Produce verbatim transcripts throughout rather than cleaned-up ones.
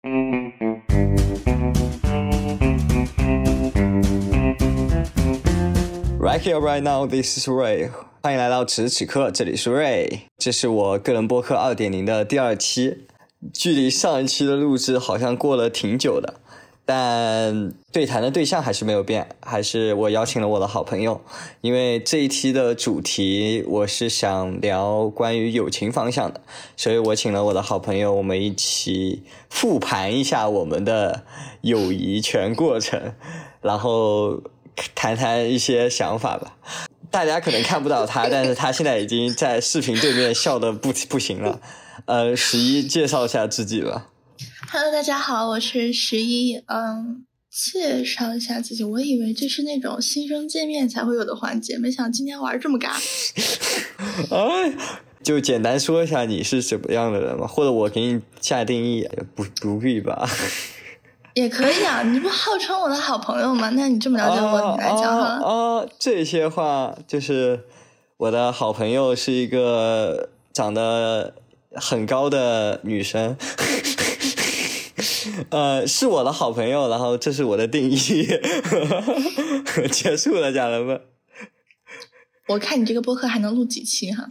Right here, right now, this is Ray. 欢迎来到此时此刻，这里是 Ray。这是我个人播客 二点零 的第二期，距离上一期的录制好像过了挺久的，但对谈的对象还是没有变，还是我邀请了我的好朋友。因为这一期的主题我是想聊关于友情方向的，所以我请了我的好朋友，我们一起复盘一下我们的友谊全过程，然后谈谈一些想法吧。大家可能看不到他，但是他现在已经在视频对面笑得不不行了。呃，十一介绍一下自己吧。 Hello， 大家好，我是十一。嗯，介绍一下自己，我以为这是那种新生见面才会有的环节，没想到今天玩这么尬。 哎，就简单说一下你是什么样的人吧，或者我给你下定义，不不必吧。 也可以啊，你不号称我的好朋友吗？那你这么了解我， 哦、 你来讲哈。 哦，这些话就是我的好朋友是一个长得很高的女生，呃，是我的好朋友，然后这是我的定义，结束了，家人们。 我看你这个播客还能录几期哈？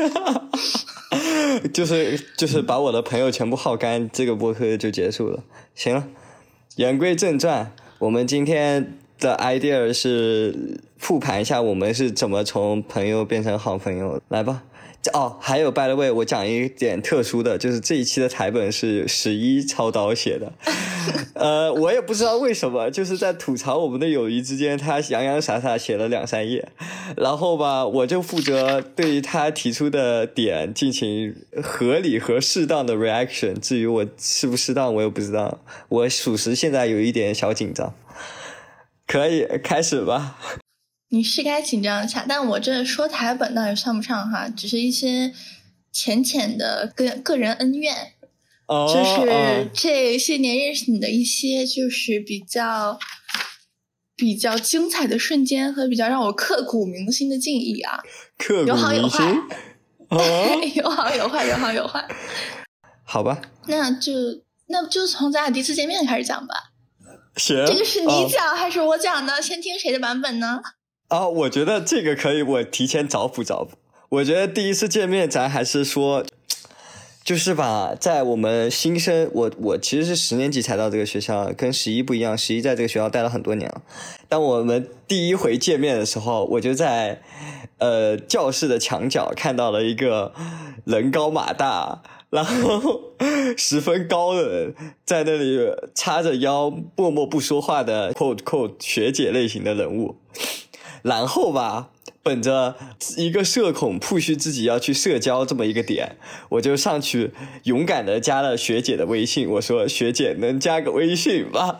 就是就是把我的朋友全部耗干，这个播客就结束了。行了。言归正传，我们今天的 idea 是复盘一下我们是怎么从朋友变成好朋友。来吧。哦，还有 by the way， 我讲一点特殊的，就是这一期的台本是十一操刀写的。呃，我也不知道为什么，就是在吐槽我们的友谊之间，他洋洋洒洒写了两三页，然后吧，我就负责对他提出的点进行合理和适当的 reaction。至于我适不适当，我也不知道。我属实现在有一点小紧张。可以开始吧。 你是该紧张一下，但我这说台本倒也算不上哈，只是一些浅浅的个个人恩怨，哦、就是这些年认识你的一些就是比较比较精彩的瞬间和比较让我刻骨铭心的记忆啊， 刻骨铭心， 有好有坏， 哦、 有好有坏，有好有坏。 好吧， 那就那就从咱俩第一次见面开始讲吧。 行， 这个是你讲、哦、还是我讲的？先听谁的版本呢？ 啊、哦，我觉得这个可以，我提前找补找补。我觉得第一次见面，咱还是说，就是吧，在我们新生，我我其实是十年级才到这个学校，跟十一不一样，十一在这个学校待了很多年了。当我们第一回见面的时候，我就在呃教室的墙角看到了一个人高马大，然后十分高的人在那里叉着腰默默不说话的 quote quote 学姐类型的人物。然后吧，本着一个社恐push自己要去社交这么一个点，我就上去勇敢的加了学姐的微信，我说学姐能加个微信吗？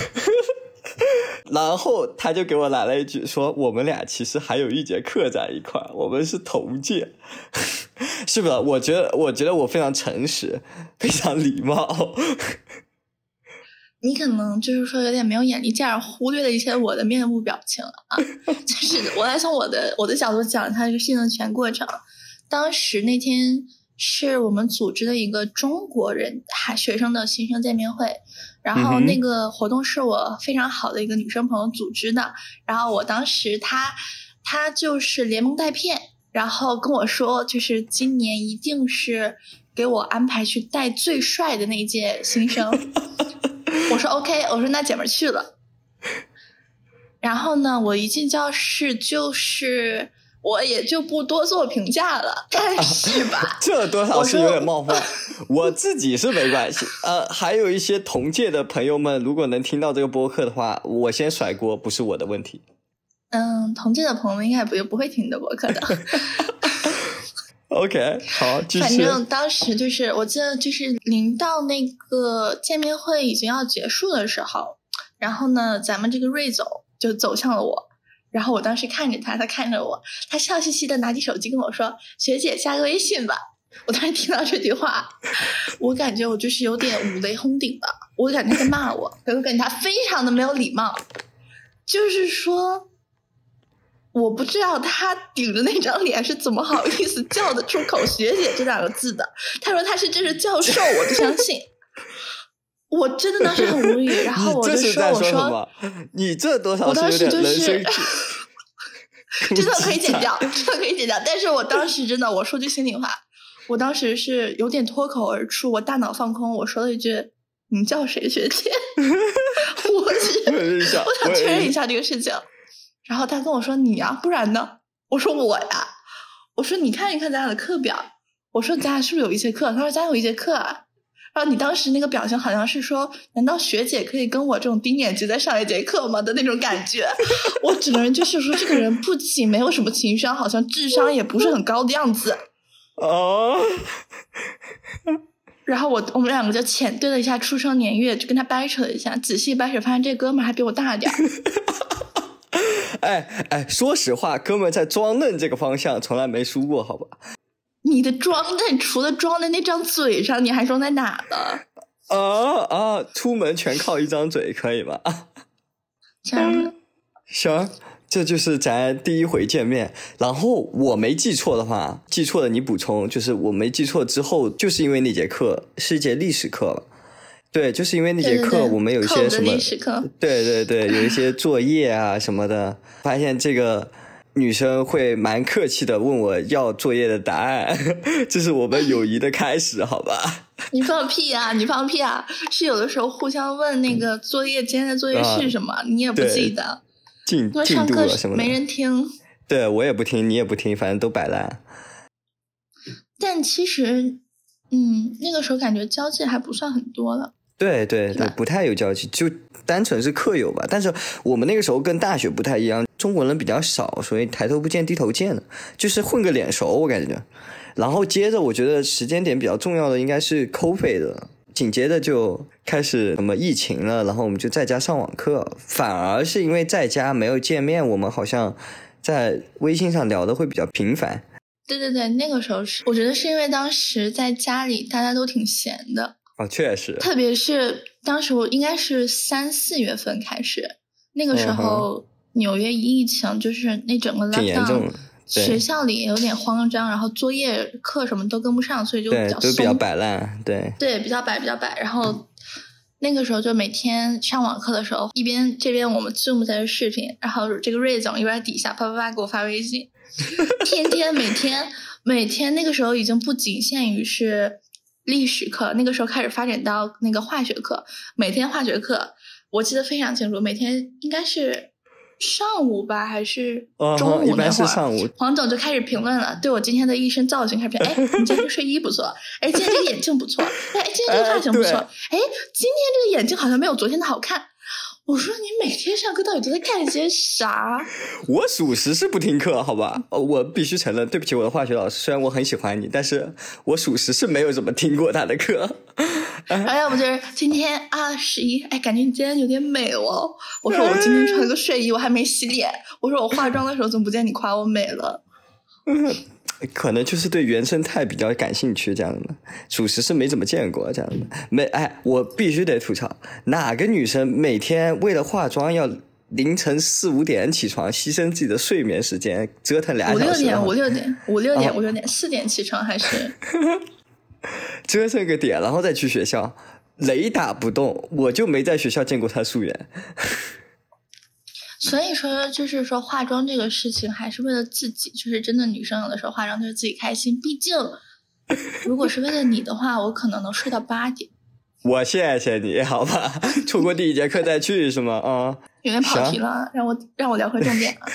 然后他就给我来了一句说我们俩其实还有一节课在一块，我们是同届。是不是？我觉得我觉得我非常诚实，非常礼貌。 你可能就是说有点没有眼力劲儿，忽略了一些我的面部表情啊。就是我来从我的我的角度讲它这个事情的全过程。当时那天是我们组织的一个中国人学生的新生见面会，然后那个活动是我非常好的一个女生朋友组织的，然后我当时她她就是连蒙带骗，然后跟我说就是今年一定是给我安排去带最帅的那一届新生。我说 OK， 我说那姐们儿去了。然后呢，我一进教室就是我也就不多做评价了，但是吧， 这多少是有点冒犯。我自己是没关系，呃，还有一些同届的朋友们，如果能听到这个播客的话，我先甩锅，不是我的问题。 嗯，同届的朋友们应该不不会听你的播客的。 OK， 好，继续。 反正当时就是我记得就是临到那个见面会已经要结束的时候，然后呢咱们这个瑞总就走向了我，然后我当时看着他，他看着我，他笑嘻嘻的拿起手机跟我说学姐加个微信吧。我当时听到这句话，我感觉我就是有点五雷轰顶了，我感觉他在骂我，我感觉他非常的没有礼貌，就是说我不知道他顶着那张脸是怎么好意思叫得出口学姐这两个字的。他说他是这是教授，我就相信。 我真的当时很无语，然后我就说：“我说你这多少是有点人生气， 真的可以剪掉，真的可以剪掉。”但是我当时真的，我说句心里话，我当时是有点脱口而出，我大脑放空，我说了一句：“你叫谁学姐？”我是我想确认一下这个事情。然后他跟我说：“你呀、啊，不然呢？”我说：“我呀。”我说：“你看一看咱俩的课表。”我说：“咱俩是不是有一节课？”他说：“咱俩有一节课啊。”然后你当时那个表情好像是说，难道学姐可以跟我这种低年级再上一节课吗的那种感觉。我只能就是说这个人不仅没有什么情商，好像智商也不是很高的样子。 哦。 然后我我们两个就浅对了一下出生年月，就跟他掰扯了一下，仔细掰扯发现这哥们儿还比我大点儿。 哎哎，说实话，哥们儿在装嫩这个方向从来没输过，好吧？ 你的装嫩除了装在那张嘴上，你还装在哪了？ 啊啊！出门全靠一张嘴，可以吗？ 行， 行，这就是咱第一回见面。然后我没记错的话，记错了你补充。就是我没记错之后，就是因为那节课是一节历史课，对，就是因为那节课对对对我们有一些什么历史课， 对对对，有一些作业啊什么的，发现这个。女生会蛮客气的问我要作业的答案，这是我们友谊的开始，好吧？ 你放屁啊！你放屁啊！是有的时候互相问那个作业，今天的作业是什么，啊、你也不记得， 进进度了什么的， 没人听。 对，我也不听，你也不听，反正都摆烂。 但其实，嗯，那个时候感觉交际还不算很多了。 对对对，不太有交集，就单纯是课友吧。但是我们那个时候跟大学不太一样，中国人比较少，所以抬头不见低头见的，就是混个脸熟，我感觉。然后接着，我觉得时间点比较重要的应该是 COVID 的，紧接着就开始什么疫情了，然后我们就在家上网课，反而是因为在家没有见面，我们好像在微信上聊的会比较频繁。 对对对，那个时候是，我觉得是因为当时在家里大家都挺闲的。 哦，确实， 特别是当时我应该是三四月份开始，那个时候纽约一疫情，就是那整个 lockdown，学校里也有点慌张，然后作业课什么都跟不上，所以就比较松， 对，都比较摆烂，对对，比较摆比较摆。然后那个时候就每天上网课的时候，一边这边我们 Zoom 在这视频，然后这个瑞总一边在底下啪啪啪给我发微信，天天每天每天那个时候已经不仅限于是历史课，那个时候开始发展到那个化学课，每天化学课我记得非常清楚，每天应该是上午吧还是中午那会儿、哦、 一般是上午， 黄总就开始评论了，对我今天的一身造型开始评论，哎，你今天这睡衣不错，哎，今天这个眼镜不错，哎，今天这个发型不错，哎，今天这个眼镜好像没有昨天的好看。我说你每天上课到底都在干些啥？ 我属实是不听课，好吧？我必须承认，对不起我的化学老师，虽然我很喜欢你，但是我属实是没有怎么听过他的课。 哎要不就是今天啊十一，哎，感觉你今天有点美哦。我说我今天穿个睡衣，我还没洗脸。我说我化妆的时候怎么不见你夸我美了？ 可能就是对原生态比较感兴趣，这样的，属实是没怎么见过这样的。没，哎，我必须得吐槽，哪个女生每天为了化妆要凌晨四五点起床，牺牲自己的睡眠时间，折腾俩小时？ 五六点，五六点，五六点，五六点，四点起床还是折腾个点，然后再去学校，雷打不动。我就没在学校见过她素颜。 所以说就是说化妆这个事情还是为了自己，就是真的女生有的时候化妆就是自己开心，毕竟如果是为了你的话，我可能能睡到八点。 我谢谢你好吧，错过第一节课再去是吗？啊、嗯， 有点跑题了，让我让我聊回重点了。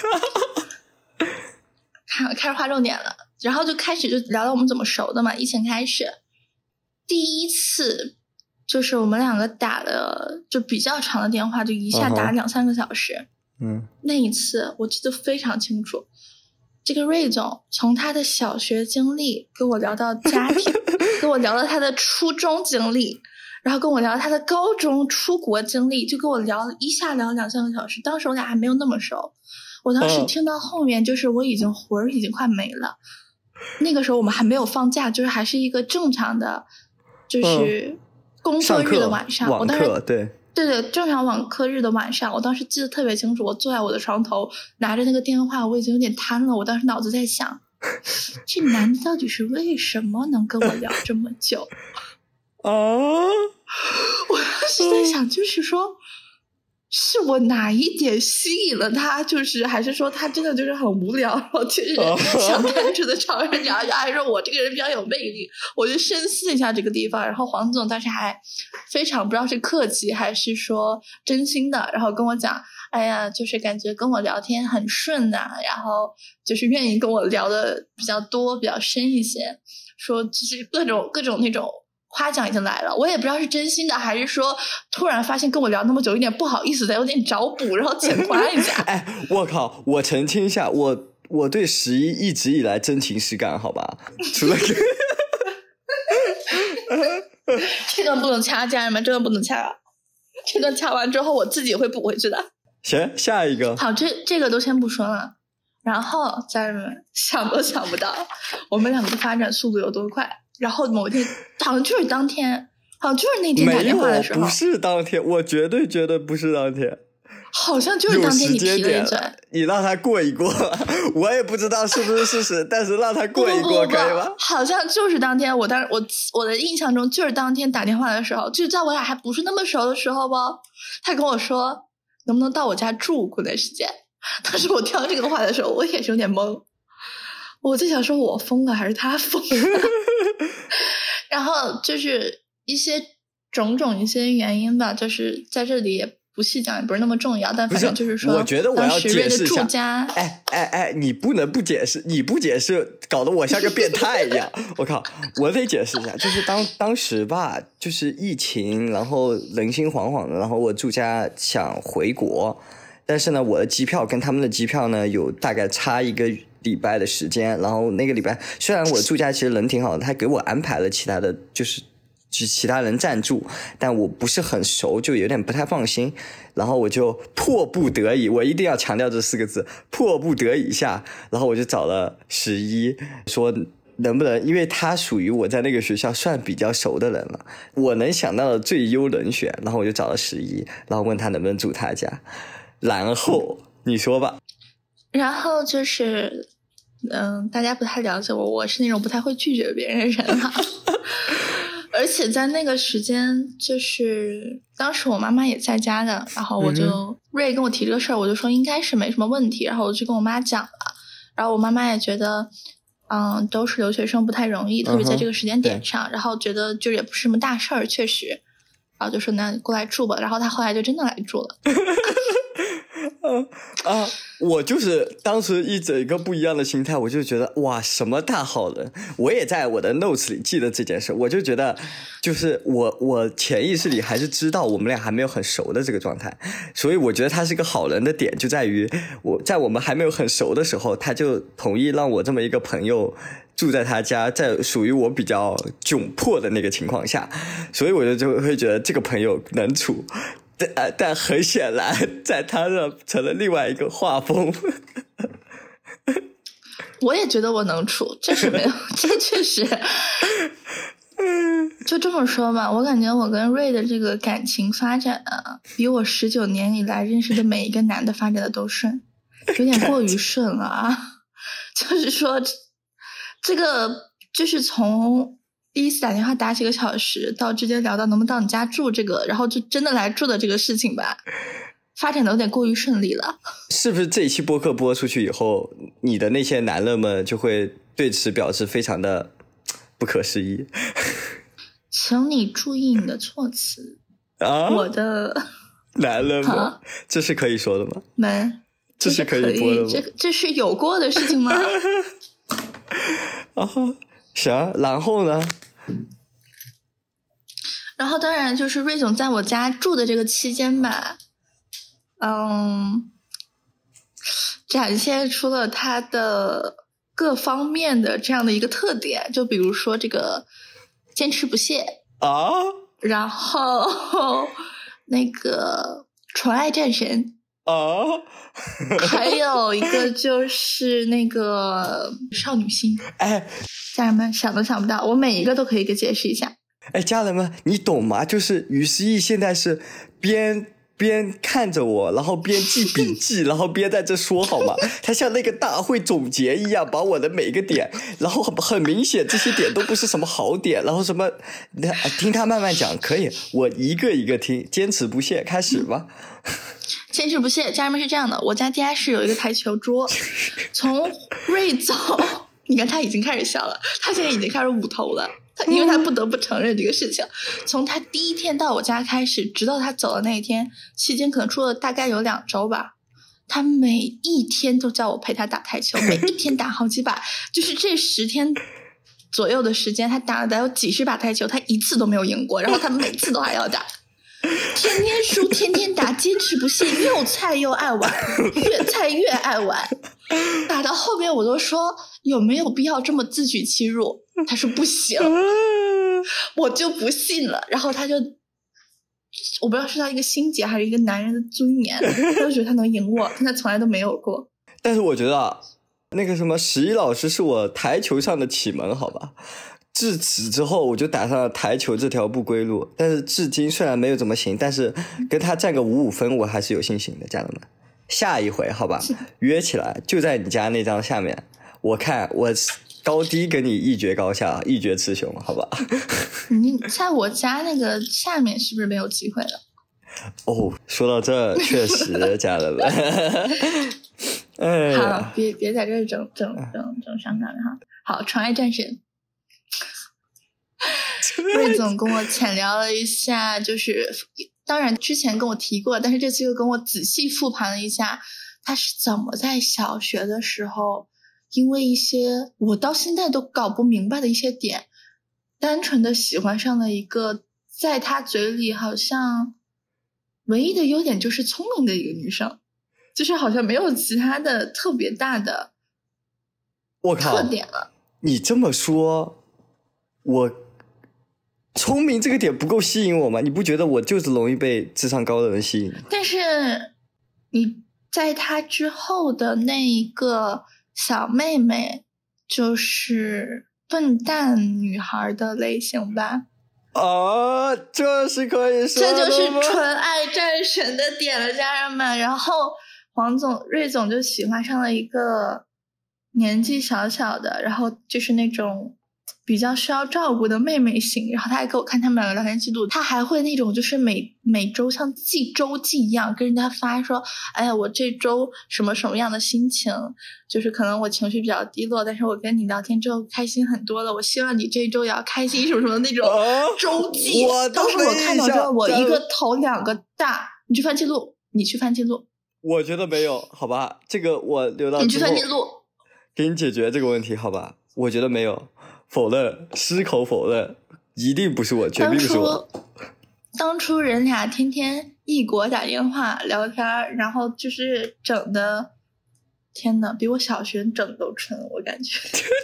开开始划重点了，然后就开始就聊到我们怎么熟的嘛。疫情开始第一次就是我们两个打了就比较长的电话，就一下打了两三个小时。 嗯， 那一次我记得非常清楚，这个瑞总从他的小学经历跟我聊到家庭，跟我聊到他的初中经历，然后跟我聊他的高中出国经历，就跟我聊一下聊两三个小时。当时我俩还没有那么熟，我当时听到后面就是我已经魂儿已经快没了。那个时候我们还没有放假，就是还是一个正常的就是工作日的晚上， 网课我当时对对对，正常网课日的晚上，我当时记得特别清楚，我坐在我的床头拿着那个电话，我已经有点瘫了。我当时脑子在想，这男的到底是为什么能跟我聊这么久？ 啊！ 我当时就在想，就是说是我哪一点吸引了他，就是还是说他真的就是很无聊，然后就是想单纯的找人聊一聊，还是说我这个人比较有魅力，我就深思一下这个地方。然后黄总当时还非常不知道是客气还是说真心的，然后跟我讲，哎呀，就是感觉跟我聊天很顺呐、啊，然后就是愿意跟我聊的比较多比较深一些，说就是各种各种那种夸奖已经来了，我也不知道是真心的还是说突然发现跟我聊那么久有点不好意思的，有点找补，然后简夸一下。 哎，我靠，我澄清一下，我我对十一一直以来真情实感，好吧？除了这段不能掐，家人们，这段不能掐，这段掐完之后我自己会补回去的。 行，下一个。 好，这这个都先不说了。然后家人们想都想不到我们两个的发展速度有多快。然后某一天好像就是当天好像就是那天打电话的时候， 没有，不是当天，我绝对觉得不是当天， 好像就是当天你提了一嘴， 你让他过一过，我也不知道是不是事实，但是让他过一过可以吗？ 好像就是当天，我当我我的印象中就是当天打电话的时候，就是在我俩还不是那么熟的时候吧，他跟我说能不能到我家住过段时间。当时我听到这个话的时候，我也是有点懵，我在想说我疯了还是他疯了。然后就是一些种种一些原因吧，就是在这里也不细讲，也不是那么重要，但反正就是说， 我觉得我要解释一下。 住家， 哎哎哎，你不能不解释，你不解释，搞得我像个变态一样。我靠，我得解释一下，就是当当时吧，就是疫情，然后人心惶惶的，然后我住家想回国，但是呢，我的机票跟他们的机票呢有大概差一个礼拜的时间，然后那个礼拜虽然我住家其实人挺好的，他给我安排了其他的就是其他人暂住，但我不是很熟，就有点不太放心，然后我就迫不得已，我一定要强调这四个字，迫不得已下，然后我就找了十一，说能不能，因为他属于我在那个学校算比较熟的人了，我能想到的最优人选，然后我就找了十一，然后问他能不能住他家，然后你说吧。 然后就是，嗯，大家不太了解我，我是那种不太会拒绝别人的人哈。而且在那个时间，就是当时我妈妈也在家的，然后我就、嗯、瑞跟我提这个事儿，我就说应该是没什么问题，然后我就跟我妈讲了，然后我妈妈也觉得，嗯，都是留学生不太容易，特别在这个时间点上，嗯、然后觉得就也不是什么大事儿，确实，然后就说那过来住吧，然后她后来就真的来住了。 啊啊！我就是当时一整个不一样的心态，我就觉得哇，什么大好人！我也在我的 notes 里记得这件事，我就觉得，就是我我潜意识里还是知道我们俩还没有很熟的这个状态，所以我觉得他是个好人的点就在于，我在我们还没有很熟的时候，他就同意让我这么一个朋友住在他家，在属于我比较窘迫的那个情况下，所以我就就会觉得这个朋友能处。但但很显然，在他这成了另外一个画风。 我也觉得我能处，这是没有，这确实。就这么说吧，我感觉我跟瑞的这个感情发展啊，比我十九年以来认识的每一个男的发展的都顺，有点过于顺了啊。就是说，这个就是从第一次打电话打几个小时，到直接聊到能不能到你家住这个，然后就真的来住的这个事情吧，发展的有点过于顺利了。 是不是这一期播客播出去以后，你的那些男人们就会对此表示非常的不可思议？ 请你注意你的措辞啊！ 我的男人们，这是可以说的吗？ 没， 这是可以播的吗？ 这这是有过的事情吗？ 啊，行，然后呢？ 然后当然就是瑞总在我家住的这个期间吧，嗯，展现出了他的各方面的这样的一个特点，就比如说这个坚持不懈啊， 然后那个宠爱战神啊， 还有一个就是那个少女心。 哎， 家人们想都想不到，我每一个都可以给解释一下。 哎，家人们，你懂吗？就是于思义现在是边边看着我，然后边记笔记，然后边在这说好吗？他像那个大会总结一样，把我的每个点，然后很明显这些点都不是什么好点，然后什么听他慢慢讲，可以，我一个一个听，坚持不懈，开始吧。 坚持不懈，家人们是这样的，我家地下室有一个台球桌，从瑞总，你看他已经开始笑了，他现在已经开始捂头了。因为他不得不承认这个事情，从他第一天到我家开始，直到他走的那一天，期间可能出了大概有两周吧，他每一天都叫我陪他打台球，每一天打好几把，就是这十天左右的时间，他打了得有几十把台球，他一次都没有赢过，然后他每次都还要打，天天输，天天打，坚持不懈，又菜又爱玩，越菜越爱玩，打到后面我都说有没有必要这么自取其辱，他说不行，我就不信了，然后他就我不知道是他一个心结还是一个男人的尊严，他就觉得他能赢我，但他从来都没有过。 但是我觉得啊，那个什么十一老师是我台球上的启蒙，好吧，自此之后我就打上了台球这条不归路，但是至今虽然没有怎么行，但是跟他占个五五分我还是有信心的，家人们。下一回好吧，约起来就在你家那张下面，我看我高低跟你一决高下，一决雌雄，好吧。 你在我家那个下面是不是没有机会了？ 哦，说到这确实家人们。哎、 好，别别在这儿整整整整伤感了哈。好，宠爱战神瑞总跟我浅聊了一下，就是当然之前跟我提过，但是这次又跟我仔细复盘了一下，他是怎么在小学的时候因为一些我到现在都搞不明白的一些点，单纯的喜欢上了一个在他嘴里好像唯一的优点就是聪明的一个女生，就是好像没有其他的特别大的我靠特点了。 你这么说，我聪明这个点不够吸引我吗？你不觉得我就是容易被智商高的人吸引？ 但是你在他之后的那一个小妹妹就是笨蛋女孩的类型吧？ 啊，这是可以说的吗？ 这就是纯爱战神的点了，家人们。然后黄总、瑞总就喜欢上了一个年纪小小的，然后就是那种比较需要照顾的妹妹型，然后他还给我看他们两个聊天记录，他还会那种就是每每周像记周记一样跟人家发说，哎呀我这周什么什么样的心情，就是可能我情绪比较低落，但是我跟你聊天之后开心很多了，我希望你这周也要开心什么什么那种周记、哦、当时我看到之后我一个头两个大，你去翻记录，你去翻记录， 我觉得没有，好吧，这个我留到你去翻记录给你解决这个问题，好吧，我觉得没有，否认，矢口否认，一定不是我，绝对不是我。 当初人俩天天异国打电话聊天，然后就是整的，天哪，比我小学整都纯，我感觉。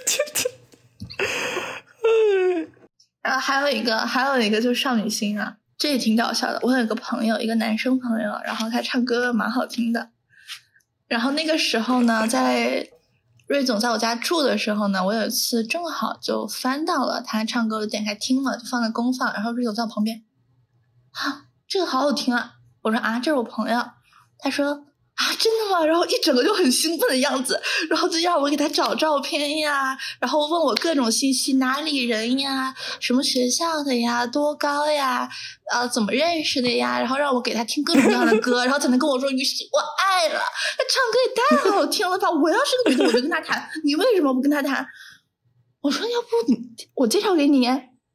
然后还有一个，还有一个就是少女心啊，这也挺搞笑的。我有一个朋友，一个男生朋友，然后他唱歌蛮好听的。然后那个时候呢，在瑞总在我家住的时候呢，我有一次正好就翻到了他唱歌，我点开听了，就放在公放，然后瑞总在我旁边，啊，这个好好听啊！我说啊，这是我朋友。他说啊，真的吗？然后一整个就很兴奋的样子，然后就让我给他找照片呀，然后问我各种信息，哪里人呀，什么学校的呀，多高呀，呃，怎么认识的呀，然后让我给他听各种各样的歌，然后才能跟我说于是我爱了，他唱歌也太好听了吧！我要是个女的，我就跟他谈，你为什么不跟他谈？我说要不你我介绍给你。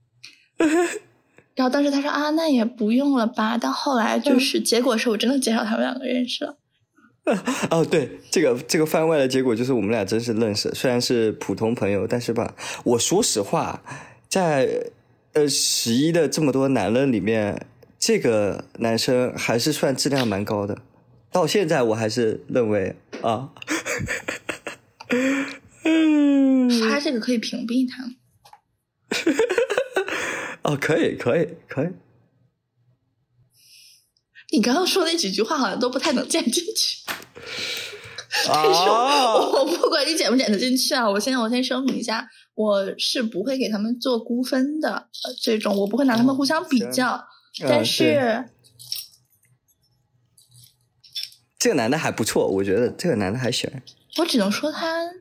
然后当时他说啊，那也不用了吧。但后来就是结果是我真的介绍他们两个认识了。 哦，对，这个这个番外的结果就是我们俩真是认识，虽然是普通朋友，但是吧，我说实话，在呃十一的这么多男人里面，这个男生还是算质量蛮高的，到现在我还是认为啊， 他这个可以屏蔽他。 哦，可以，可以，可以。 你刚刚说那几句话好像都不太能剪进去。 啊！ 我不管你剪不剪得进去啊，我现在我先声明一下，我是不会给他们做估分的，呃、这种我不会拿他们互相比较， 哦、 但是、 嗯、 这个男的还不错，我觉得这个男的还行。 我只能说他，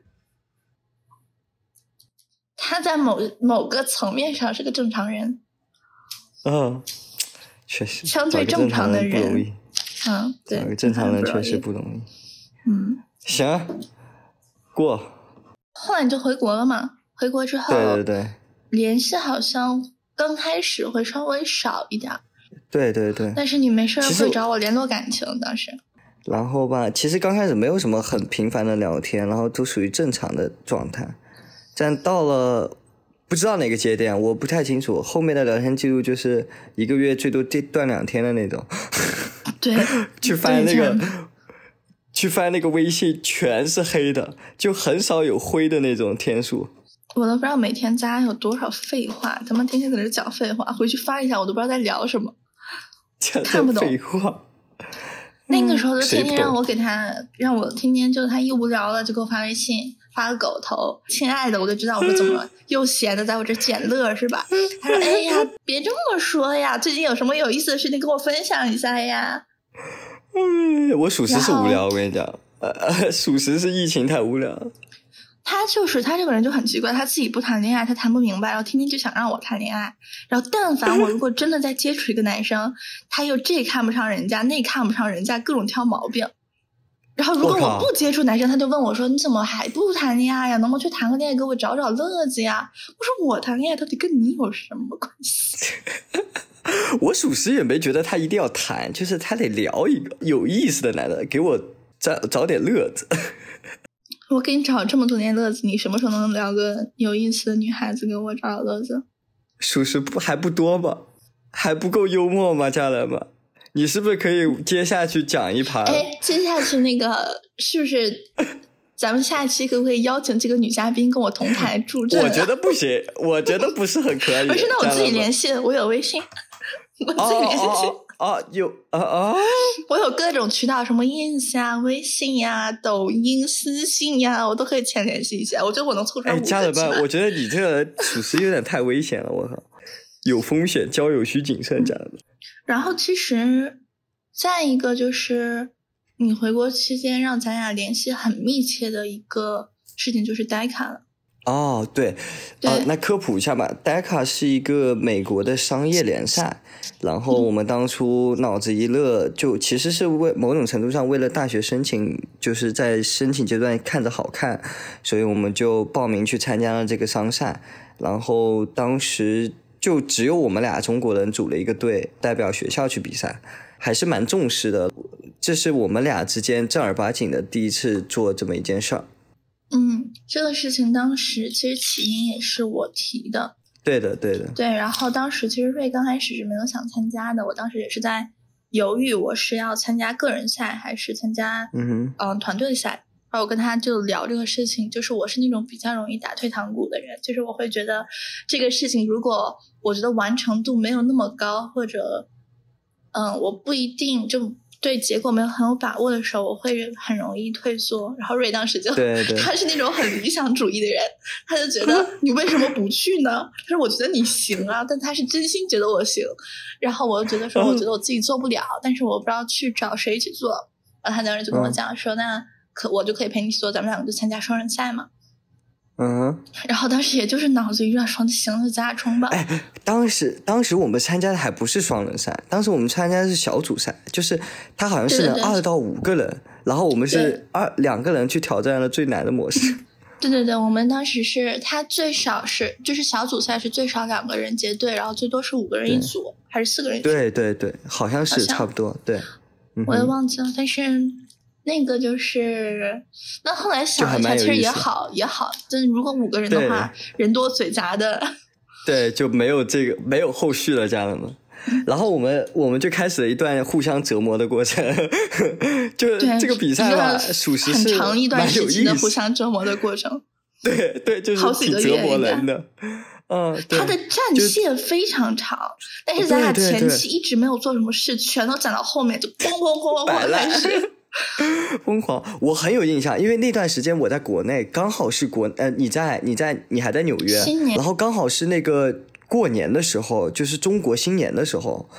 他在某某个层面上是个正常人。 嗯，确实， 相对正常的人不容易。 嗯，对， 找个正常人确实不容易。 嗯， 行，过。 后来你就回国了嘛？回国之后， 对对对， 联系好像刚开始会稍微少一点。 对对对。 但是你没事会找我联络感情，当时。 然后吧，其实刚开始没有什么很频繁的聊天，然后都属于正常的状态。但到了不知道哪个节点，我不太清楚，后面的聊天记录就是一个月最多断两天的那种。 对， 去翻那个，去翻那个微信全是黑的，就很少有灰的那种天数。 我都不知道每天家有多少废话，他们天天在这讲废话，回去翻一下我都不知道在聊什么，看不懂废话。 那个时候就天天让我给他，让我天天就他一无聊了就给我发微信，发个狗头，亲爱的，我就知道我说怎么了，又闲的在我这捡乐是吧？他说哎呀，别这么说呀，最近有什么有意思的事情跟我分享一下呀。 嗯，我属实是无聊，我跟你讲，呃，属实是疫情太无聊。 他就是他这个人就很奇怪，他自己不谈恋爱，他谈不明白，然后天天就想让我谈恋爱。然后但凡我如果真的在接触一个男生，他又这看不上人家，那看不上人家，各种挑毛病。然后如果我不接触男生，他就问我说：“你怎么还不谈恋爱呀？能不能去谈个恋爱，给我找找乐子呀？”我说：“我谈恋爱到底跟你有什么关系？” 我属实也没觉得他一定要谈，就是他得聊一个有意思的男的，给我找找点乐子。 我给你找这么多年乐子，你什么时候能聊个有意思的女孩子给我找找乐子？ 属实不还不多吧？还不够幽默吗，家人们？你是不是可以接下去讲一盘？ 哎，接下去那个是不是咱们下期可不可以邀请这个女嘉宾跟我同台助阵、啊？ 我觉得不行，我觉得不是很可以。 不是，那我自己联系，我有微信，我自己联系。 哦哦哦，有啊啊！ 我有各种渠道，什么 ins 呀、微信呀、抖音私信呀，我都可以先联系一下。我觉得我能凑出来五个。 哎，家人们，我觉得你这个属实有点太危险了，我靠，有风险，交友需谨慎，家人们。 然后其实再一个就是你回国期间让咱俩联系很密切的一个事情就是戴卡了。 哦，对， 对呃，那科普一下吧 ，D E C A 是一个美国的商业联赛，然后我们当初脑子一乐，就其实是为某种程度上为了大学申请，就是在申请阶段看着好看，所以我们就报名去参加了这个商赛，然后当时就只有我们俩中国人组了一个队，代表学校去比赛，还是蛮重视的，这是我们俩之间正儿八经的第一次做这么一件事儿。 嗯，这个事情当时其实起因也是我提的。 对的，对的。 对，然后当时其实瑞刚开始是没有想参加的，我当时也是在犹豫我是要参加个人赛还是参加嗯哼嗯团队赛。然后我跟他就聊这个事情，就是我是那种比较容易打退堂鼓的人，就是我会觉得这个事情如果我觉得完成度没有那么高，或者嗯我不一定就对结果没有很有把握的时候，我会很容易退缩。然后瑞当时就对对他是那种很理想主义的人，他就觉得你为什么不去呢？他说我觉得你行啊，但他是真心觉得我行。然后我就觉得说我觉得我自己做不了，但是我不知道去找谁去做。然后他当时就跟我讲说、嗯、那可我就可以陪你一起做，咱们两个就参加双人赛嘛。 嗯， 然后当时也就是脑子一热说行就咱俩冲吧。 哎，当时当时我们参加的还不是双人赛，当时我们参加的是小组赛，就是他好像是能二到五个人，然后我们是二两个人去挑战了最难的模式。 对对对，我们当时是他最少是就是小组赛是最少两个人结队，然后最多是五个人一组还是四个人一组？对对对，好像是差不多。对、嗯， 我也忘记了，但是那个就是那后来想一下，其实也好也好，但如果五个人的话，人多嘴杂的， 对，就没有这个没有后续了，家人们。然后我们我们就开始了一段互相折磨的过程，就这个比赛吧，属实是很长一段时期的互相折磨的过程。 对对，就是挺折磨人的。嗯， 他的战线非常长，但是咱俩前期一直没有做什么事，全都讲到后面就咣咣咣咣咣开始。 疯狂，我很有印象，因为那段时间我在国内，刚好是国呃，你在你在你还在纽约， 新年， 然后刚好是那个过年的时候，就是中国新年的时候，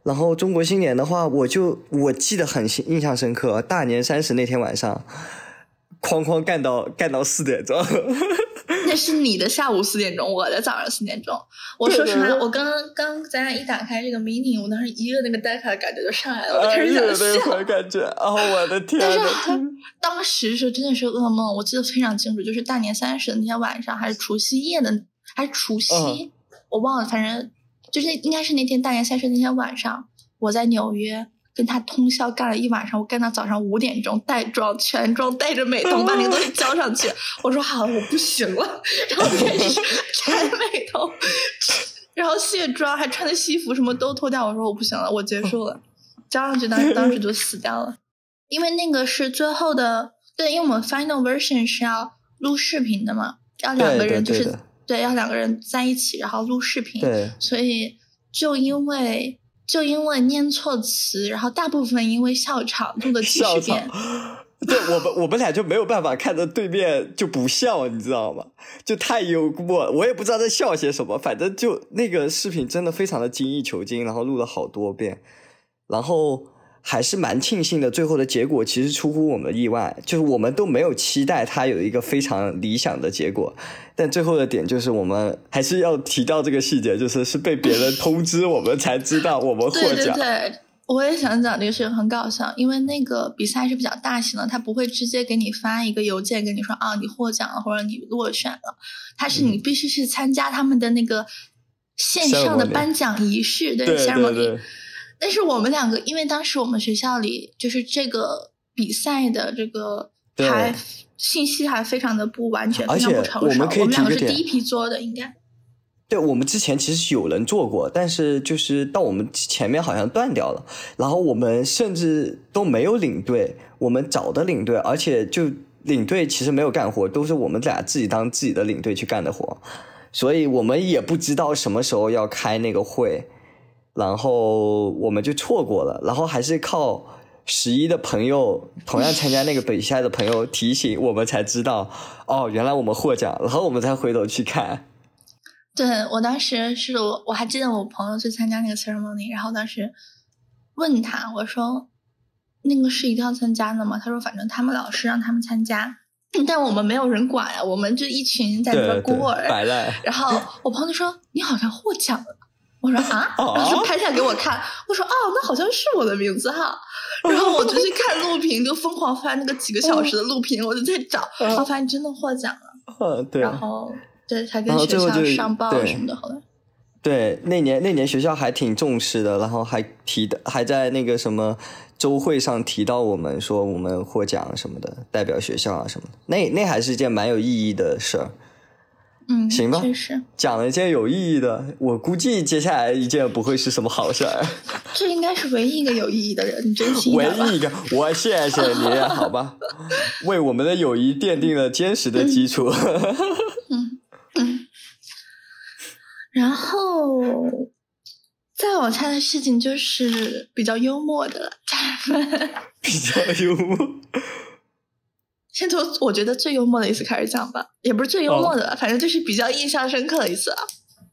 然后中国新年的话，我就我记得很印象深刻，大年三十那天晚上，哐哐干到干到四点钟。 那是你的下午四点钟，我的早上四点钟。我说实话，我刚刚咱俩一打开这个 meeting， 我当时一个那个呆卡的感觉就上来了，我开始想笑。 那会儿感觉，哦，我的天！ 但是当时是真的是噩梦，我记得非常清楚，就是大年三十的那天晚上，还是除夕夜的，还是除夕，嗯、我忘了，反正就是应该是那天大年三十那天晚上，我在纽约。跟他通宵干了一晚上，我干到早上五点钟，带妆全妆，带着美瞳把那个东西交上去。我说好，我不行了，然后开始拆美瞳，然后卸妆，还穿的西服什么都脱掉。我说我不行了，我结束了，交上去当时当时就死掉了，因为那个是最后的，对，因为我们 final version 是要录视频的嘛，要两个人就是对, 对, 对, 对要两个人在一起，然后录视频， 对， 所以就因为。就因为念错词，然后大部分因为笑场录了几十遍。 对，我们我们俩就没有办法看着对面就不笑，你知道吗？就太幽默，我也不知道在笑些什么，反正就那个视频真的非常的精益求精，然后录了好多遍，然后还是蛮庆幸的，最后的结果其实出乎我们的意外，就是我们都没有期待它有一个非常理想的结果。但最后的点就是我们还是要提到这个细节，就是是被别人通知我们才知道我们获奖。 对对对，我也想讲这个事情很搞笑，因为那个比赛是比较大型的，他不会直接给你发一个邮件跟你说啊你获奖了或者你落选了，他是你必须是参加他们的那个线上的颁奖仪式，对 ceremony。但是我们两个因为当时我们学校里就是这个比赛的这个还信息还非常的不完全，非常不成熟， 我们可以我们两个是第一批做的应该。 对，我们之前其实有人做过，但是就是到我们前面好像断掉了，然后我们甚至都没有领队，我们找的领队，而且就领队其实没有干活，都是我们俩自己当自己的领队去干的活，所以我们也不知道什么时候要开那个会，然后我们就错过了，然后还是靠十一的朋友同样参加那个比赛的朋友提醒我们才知道，哦，原来我们获奖，然后我们才回头去看。 对，我当时是我我还记得我朋友去参加那个 ceremony， 然后当时问他，我说那个是一定要参加的吗？他说反正他们老师让他们参加，但我们没有人管呀，我们就一群在那边孤儿摆烂。 然后我朋友就说你好像获奖了，我说啊，然后就拍下给我看，我说哦，那好像是我的名字哈。然后我就去看录屏，就疯狂翻那个几个小时的录屏，我就在找，然后发现真的获奖了。 嗯，对。 然后对，才跟学校上报什么的，后来。 对，那年那年学校还挺重视的，然后还提的，还在那个什么周会上提到我们说我们获奖什么的，代表学校啊什么的，那那还是一件蛮有意义的事儿。 嗯， 行吧， 确实讲了一件有意义的，我估计接下来一件不会是什么好事儿。 这应该是唯一一个有意义的人，你珍惜一点吧。 唯一一个，我谢谢你，好吧，为我们的友谊奠定了坚实的基础。 嗯嗯。然后再往下的事情就是比较幽默的了， 比较幽默。 先从我觉得最幽默的一次开始讲吧，也不是最幽默的， oh. 反正就是比较印象深刻的一次啊。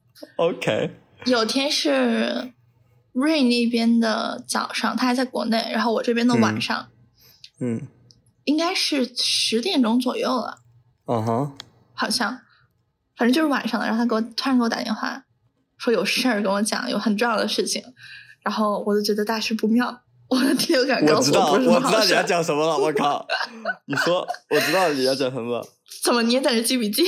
OK。 有天是瑞那边的早上，他还在国内，然后我这边的晚上， 嗯，嗯应该是十点钟左右了。 嗯哼， 好像，反正就是晚上了。然后他给我突然给我打电话，说有事儿跟我讲，有很重要的事情，然后我就觉得大事不妙。我的第六感告诉我不是什么好事。 我知道你要讲什么了，我靠！你说，我知道你要讲什么了。 怎么你也在这记笔记？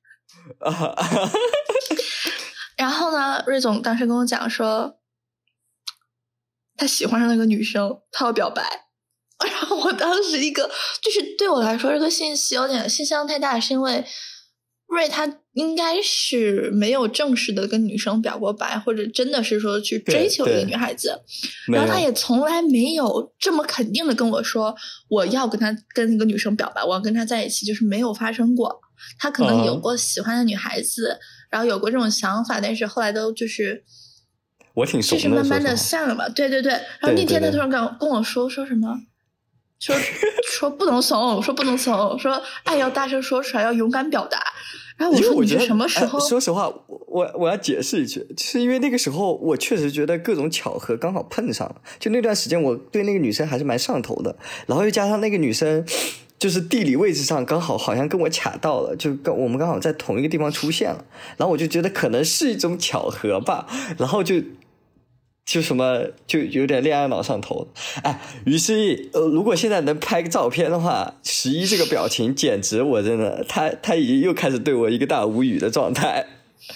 然后呢，瑞总当时跟我讲说，他喜欢上那个女生，他要表白。然后我当时一个就是对我来说这个信息有点信息量太大，是因为瑞他应该是没有正式的跟女生表过白，或者真的是说去追求一个女孩子，然后他也从来没有这么肯定的跟我说我要跟他跟一个女生表白，我要跟他在一起，就是没有发生过。他可能有过喜欢的女孩子、uh-huh. 然后有过这种想法，但是后来都就是我挺熟的， 就是慢慢的散了嘛。对对对，然后那天他突然跟我跟我说说什么，说说不能怂，说不能怂，说爱要大声说出来，要勇敢表达。 然后我说你是什么时候？ 哎、说实话，我我要解释一句，就是因为那个时候我确实觉得各种巧合刚好碰上了，就那段时间我对那个女生还是蛮上头的，然后又加上那个女生就是地理位置上刚好好像跟我卡到了，就跟我们刚好在同一个地方出现了，然后我就觉得可能是一种巧合吧，然后就。就什么就有点恋爱脑上头，哎，于是呃，如果现在能拍个照片的话，十一这个表情简直我真的，他他已经又开始对我一个大无语的状态。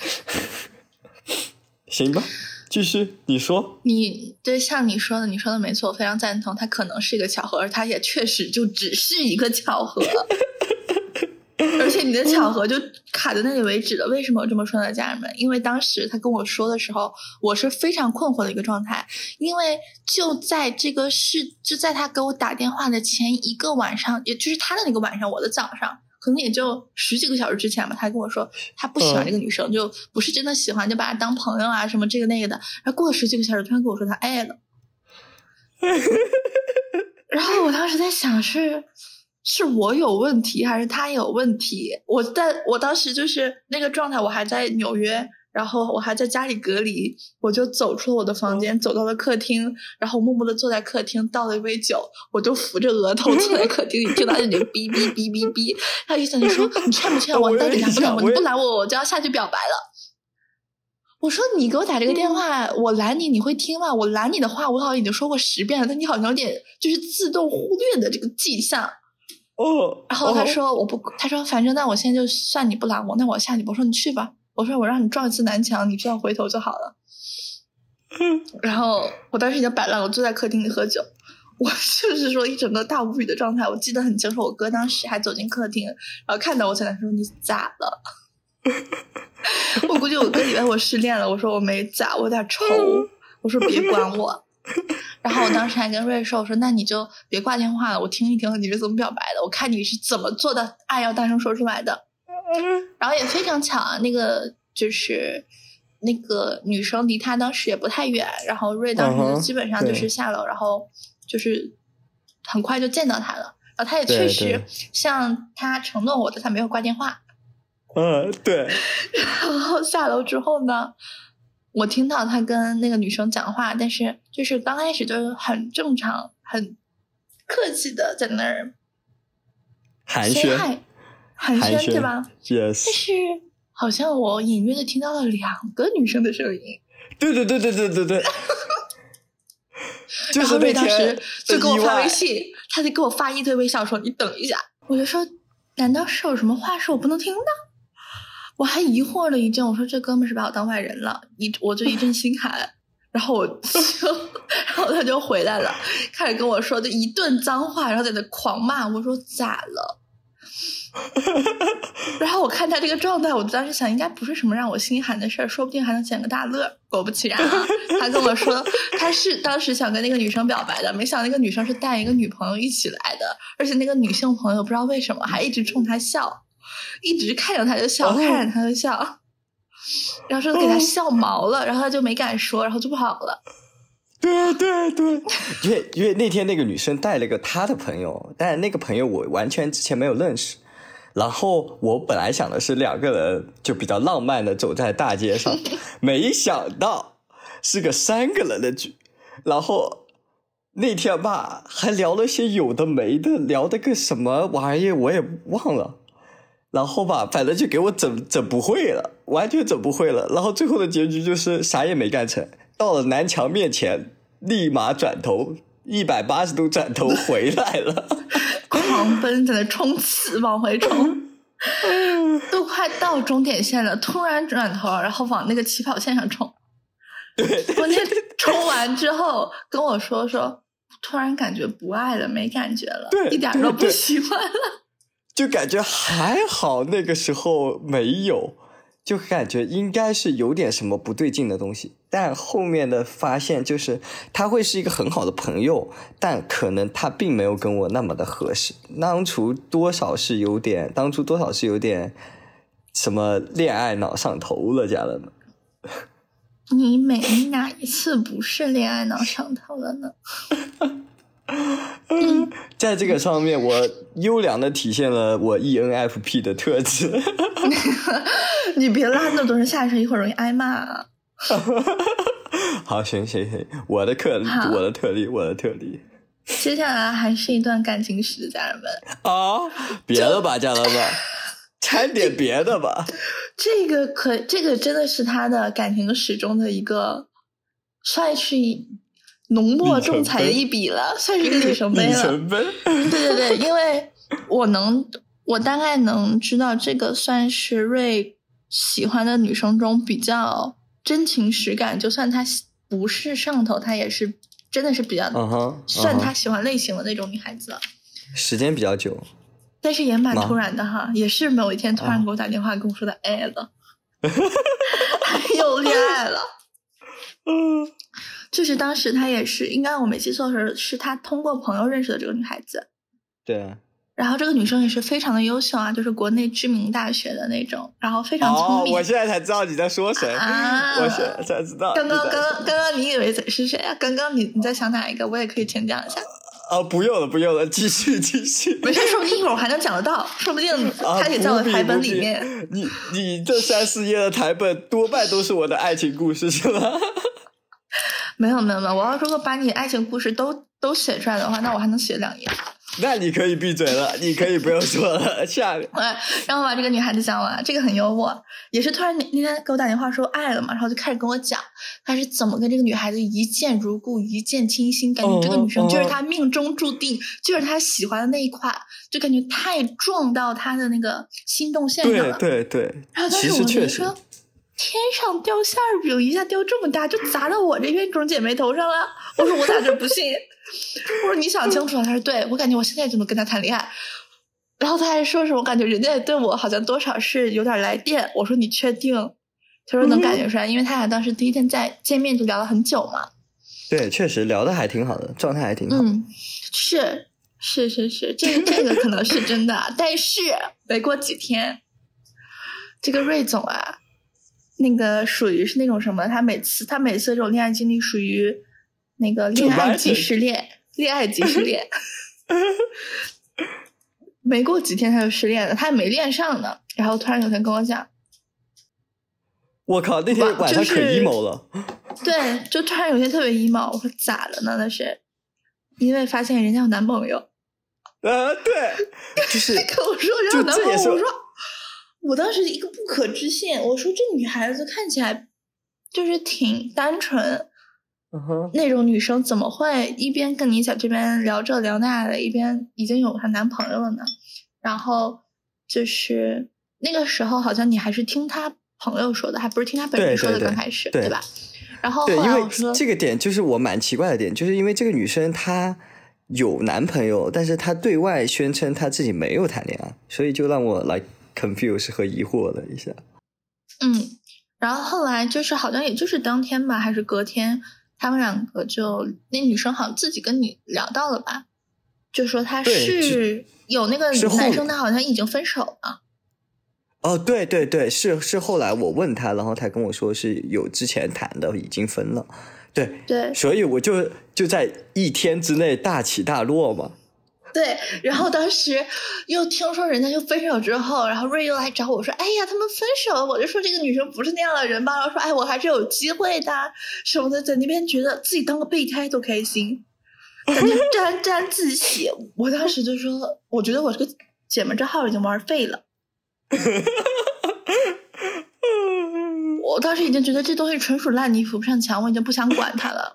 行吧，继续你说。 你对，像你说的，你说的没错，我非常赞同，它可能是一个巧合，而它也确实就只是一个巧合。而且你的巧合就卡在那里为止了。为什么我这么说呢，家人们？因为当时他跟我说的时候，我是非常困惑的一个状态，因为就在这个事，就在他给我打电话的前一个晚上，也就是他的那个晚上，我的早上，可能也就十几个小时之前吧，他跟我说他不喜欢这个女生，嗯、就不是真的喜欢，就把她当朋友啊什么这个那个的。然后过了十几个小时，突然跟我说他爱了。然后我当时在想是。是我有问题还是他有问题？我在我当时就是那个状态，我还在纽约，然后我还在家里隔离，我就走出了我的房间，走到了客厅，然后默默地坐在客厅，倒了一杯酒，我就扶着额头坐在客厅里，听到那里哔哔哔哔哔，他一直在说你劝不劝我，你到底拦不拦我？你不拦我，我就要下去表白了。我说你给我打这个电话，我拦你，你会听吗？我拦你的话，我好像已经说过十遍了，但你好像有点就是自动忽略的这个迹象。 哦， 然后他说、哦、我不，他说反正那我现在就算你不拦我，那我下去。我说你去吧，我说我让你撞一次南墙，你知道回头就好了。然后我当时已经摆烂，我坐在客厅里喝酒，我就是说一整个大无语的状态。我记得很清楚，我哥当时还走进客厅，然后看到我才来说你咋了？我估计我哥以为我失恋了，我说我没咋，我有点愁，我说别管我。然后我当时还跟瑞说，我说那你就别挂电话了，我听一听你是怎么表白的，我看你是怎么做的爱要大声说出来的。然后也非常巧啊，那个就是那个女生离他当时也不太远，然后瑞当时就基本上就是下楼、uh-huh, 然后就是很快就见到他了，然后他也确实像他承诺我的，他没有挂电话。 嗯，对。 然后下楼之后呢，我听到他跟那个女生讲话，但是就是刚开始就是很正常很客气的在那儿寒暄寒暄对吧 Yes。 但是好像我隐约的听到了两个女生的声音。 对对对对对对对。 然后瑞当时就给我发微信，他就给我发一堆微笑说你等一下，我就说难道是有什么话是我不能听的？我还疑惑了一阵，我说这哥们是把我当外人了，一我就一阵心寒。然后我就然后他就回来了，开始跟我说就一顿脏话，然后在那狂骂。我说咋了？然后我看他这个状态，我当时想应该不是什么让我心寒的事儿，说不定还能捡个大乐。果不其然啊，他跟我说他是当时想跟那个女生表白的，没想到那个女生是带一个女朋友一起来的，而且那个女性朋友不知道为什么还一直冲他笑，一直看着他就笑、哦、看着他就笑，然后说给他笑毛了、哦、然后他就没敢说，然后就跑了。 对对对，因为因为那天那个女生带了个她的朋友，但那个朋友我完全之前没有认识，然后我本来想的是两个人就比较浪漫的走在大街上，没想到是个三个人的局。然后那天吧还聊了些有的没的，聊的个什么玩意我也忘了，然后吧反正就给我整整不会了，完全整不会了。然后最后的结局就是啥也没干成，到了南墙面前立马转头一百八十度转头回来了， 狂奔在那冲刺往回冲，都快到终点线了，突然转头然后往那个起跑线上冲。 对， 关键冲完之后跟我说说突然感觉不爱了，没感觉了， 对， 一点都不喜欢了， 就感觉还好那个时候没有，就感觉应该是有点什么不对劲的东西，但后面的发现就是他会是一个很好的朋友，但可能他并没有跟我那么的合适，当初多少是有点当初多少是有点什么恋爱脑上头了，家人们。 你每哪一次不是恋爱脑上头了呢？ 嗯， 在这个上面我优良的体现了我 E N F P 的特质。 你别拉那么多人下水，一会儿容易挨骂啊。 好，行行行，我的特例，我的特例，我的特例。 接下来还是一段感情史，家人们啊，别的吧，家人们，掺点别的吧。 这个可，这个真的是他的感情史中的一个，算是浓墨重彩的一笔了，算是一个里程碑了。 里程碑。 对对对，因为我能，我大概能知道，这个算是瑞喜欢的女生中比较真情实感，就算她不是上头，她也是真的是比较、uh-huh, uh-huh. 算她喜欢类型的那种女孩子。 时间比较久， 但是也蛮突然的哈，也是某一天突然给我打电话跟我说的爱了，又恋爱了。就是当时他也是，应该我没记错的时候，是他通过朋友认识的这个女孩子。 对啊。 然后这个女生也是非常的优秀啊，就是国内知名大学的那种，然后非常聪明。 哦，我现在才知道你在说谁啊！我现在才知道。 刚刚刚刚刚刚你以为是谁啊？刚刚你你在想哪一个？我也可以先讲一下。 啊，不用了，不用了，继续继续。 没事，说不定一会儿我还能讲得到，说不定他也在我的台本里面。 啊、你你这三四页的台本多半都是我的爱情故事，是吗？ 没有没有没有，我要如果把你爱情故事都都写出来的话，那我还能写两页。 那你可以闭嘴了，你可以不用说了。下面， 哎，让我把这个女孩子讲完，这个很幽默，也是突然那天给我打电话说爱了嘛，然后就开始跟我讲他是怎么跟这个女孩子一见如故、一见倾心，感觉这个女生就是他命中注定， oh, oh. 就是他喜欢的那一块，就感觉太撞到他的那个心动线上了。 对对对， 然后当时我就说。天上掉馅饼一下掉这么大，就砸到我这边种姐妹头上了。我说我咋这不信？我说你想清楚了。他说对，我感觉我现在就能跟他谈恋爱。然后他还说什么，我感觉人家对我好像多少是有点来电。我说你确定？他说能感觉出来，因为他俩当时第一天在见面就聊了很久嘛。 对，确实聊得还挺好的，状态还挺好。 嗯，是是是是，这个这个可能是真的。但是没过几天，这个瑞总啊。那个属于是那种什么，他每次他每次这种恋爱经历属于那个恋爱即失恋，恋爱即失恋。没过几天他就失恋了，他还没恋上呢，然后突然有天跟我讲， 我靠，那天晚上可 emo 了。 就是、对，就突然有天特别 emo， 我说咋了呢？那是因为发现人家有男朋友。 呃，对，就是跟我说人家有男朋友，我说。我当时一个不可置信，我说这女孩子看起来就是挺单纯， 嗯哼， 那种女生怎么会一边跟你在这边聊这聊那的，一边已经有她男朋友了呢？然后就是那个时候好像你还是听她朋友说的，还不是听她本人说的，刚开始对, 对, 对, 对吧？然后对， 后来因为这个点就是我蛮奇怪的点，就是因为这个女生她有男朋友，但是她对外宣称她自己没有谈恋爱，所以就让我来。confuse 和疑惑了一下， 嗯，然后后来就是好像也就是当天吧，还是隔天，他们两个就那女生好像自己跟你聊到了吧，就说他是有那个男生，他好像已经分手了。 哦，对对对，是是后来我问他，然后他跟我说是有之前谈的，已经分了，对对， 所以我就就在一天之内大起大落嘛。 对，然后当时又听说人家就分手之后，然后瑞又来找我说：“哎呀，他们分手了。”我就说这个女生不是那样的人吧，然后说：“哎，我还是有机会的什么的。”在那边觉得自己当个备胎都开心，感觉沾沾自喜。我当时就说：“我觉得我这个姐们这号已经玩废了。”我当时已经觉得这东西纯属烂泥扶不上墙，我已经不想管它了。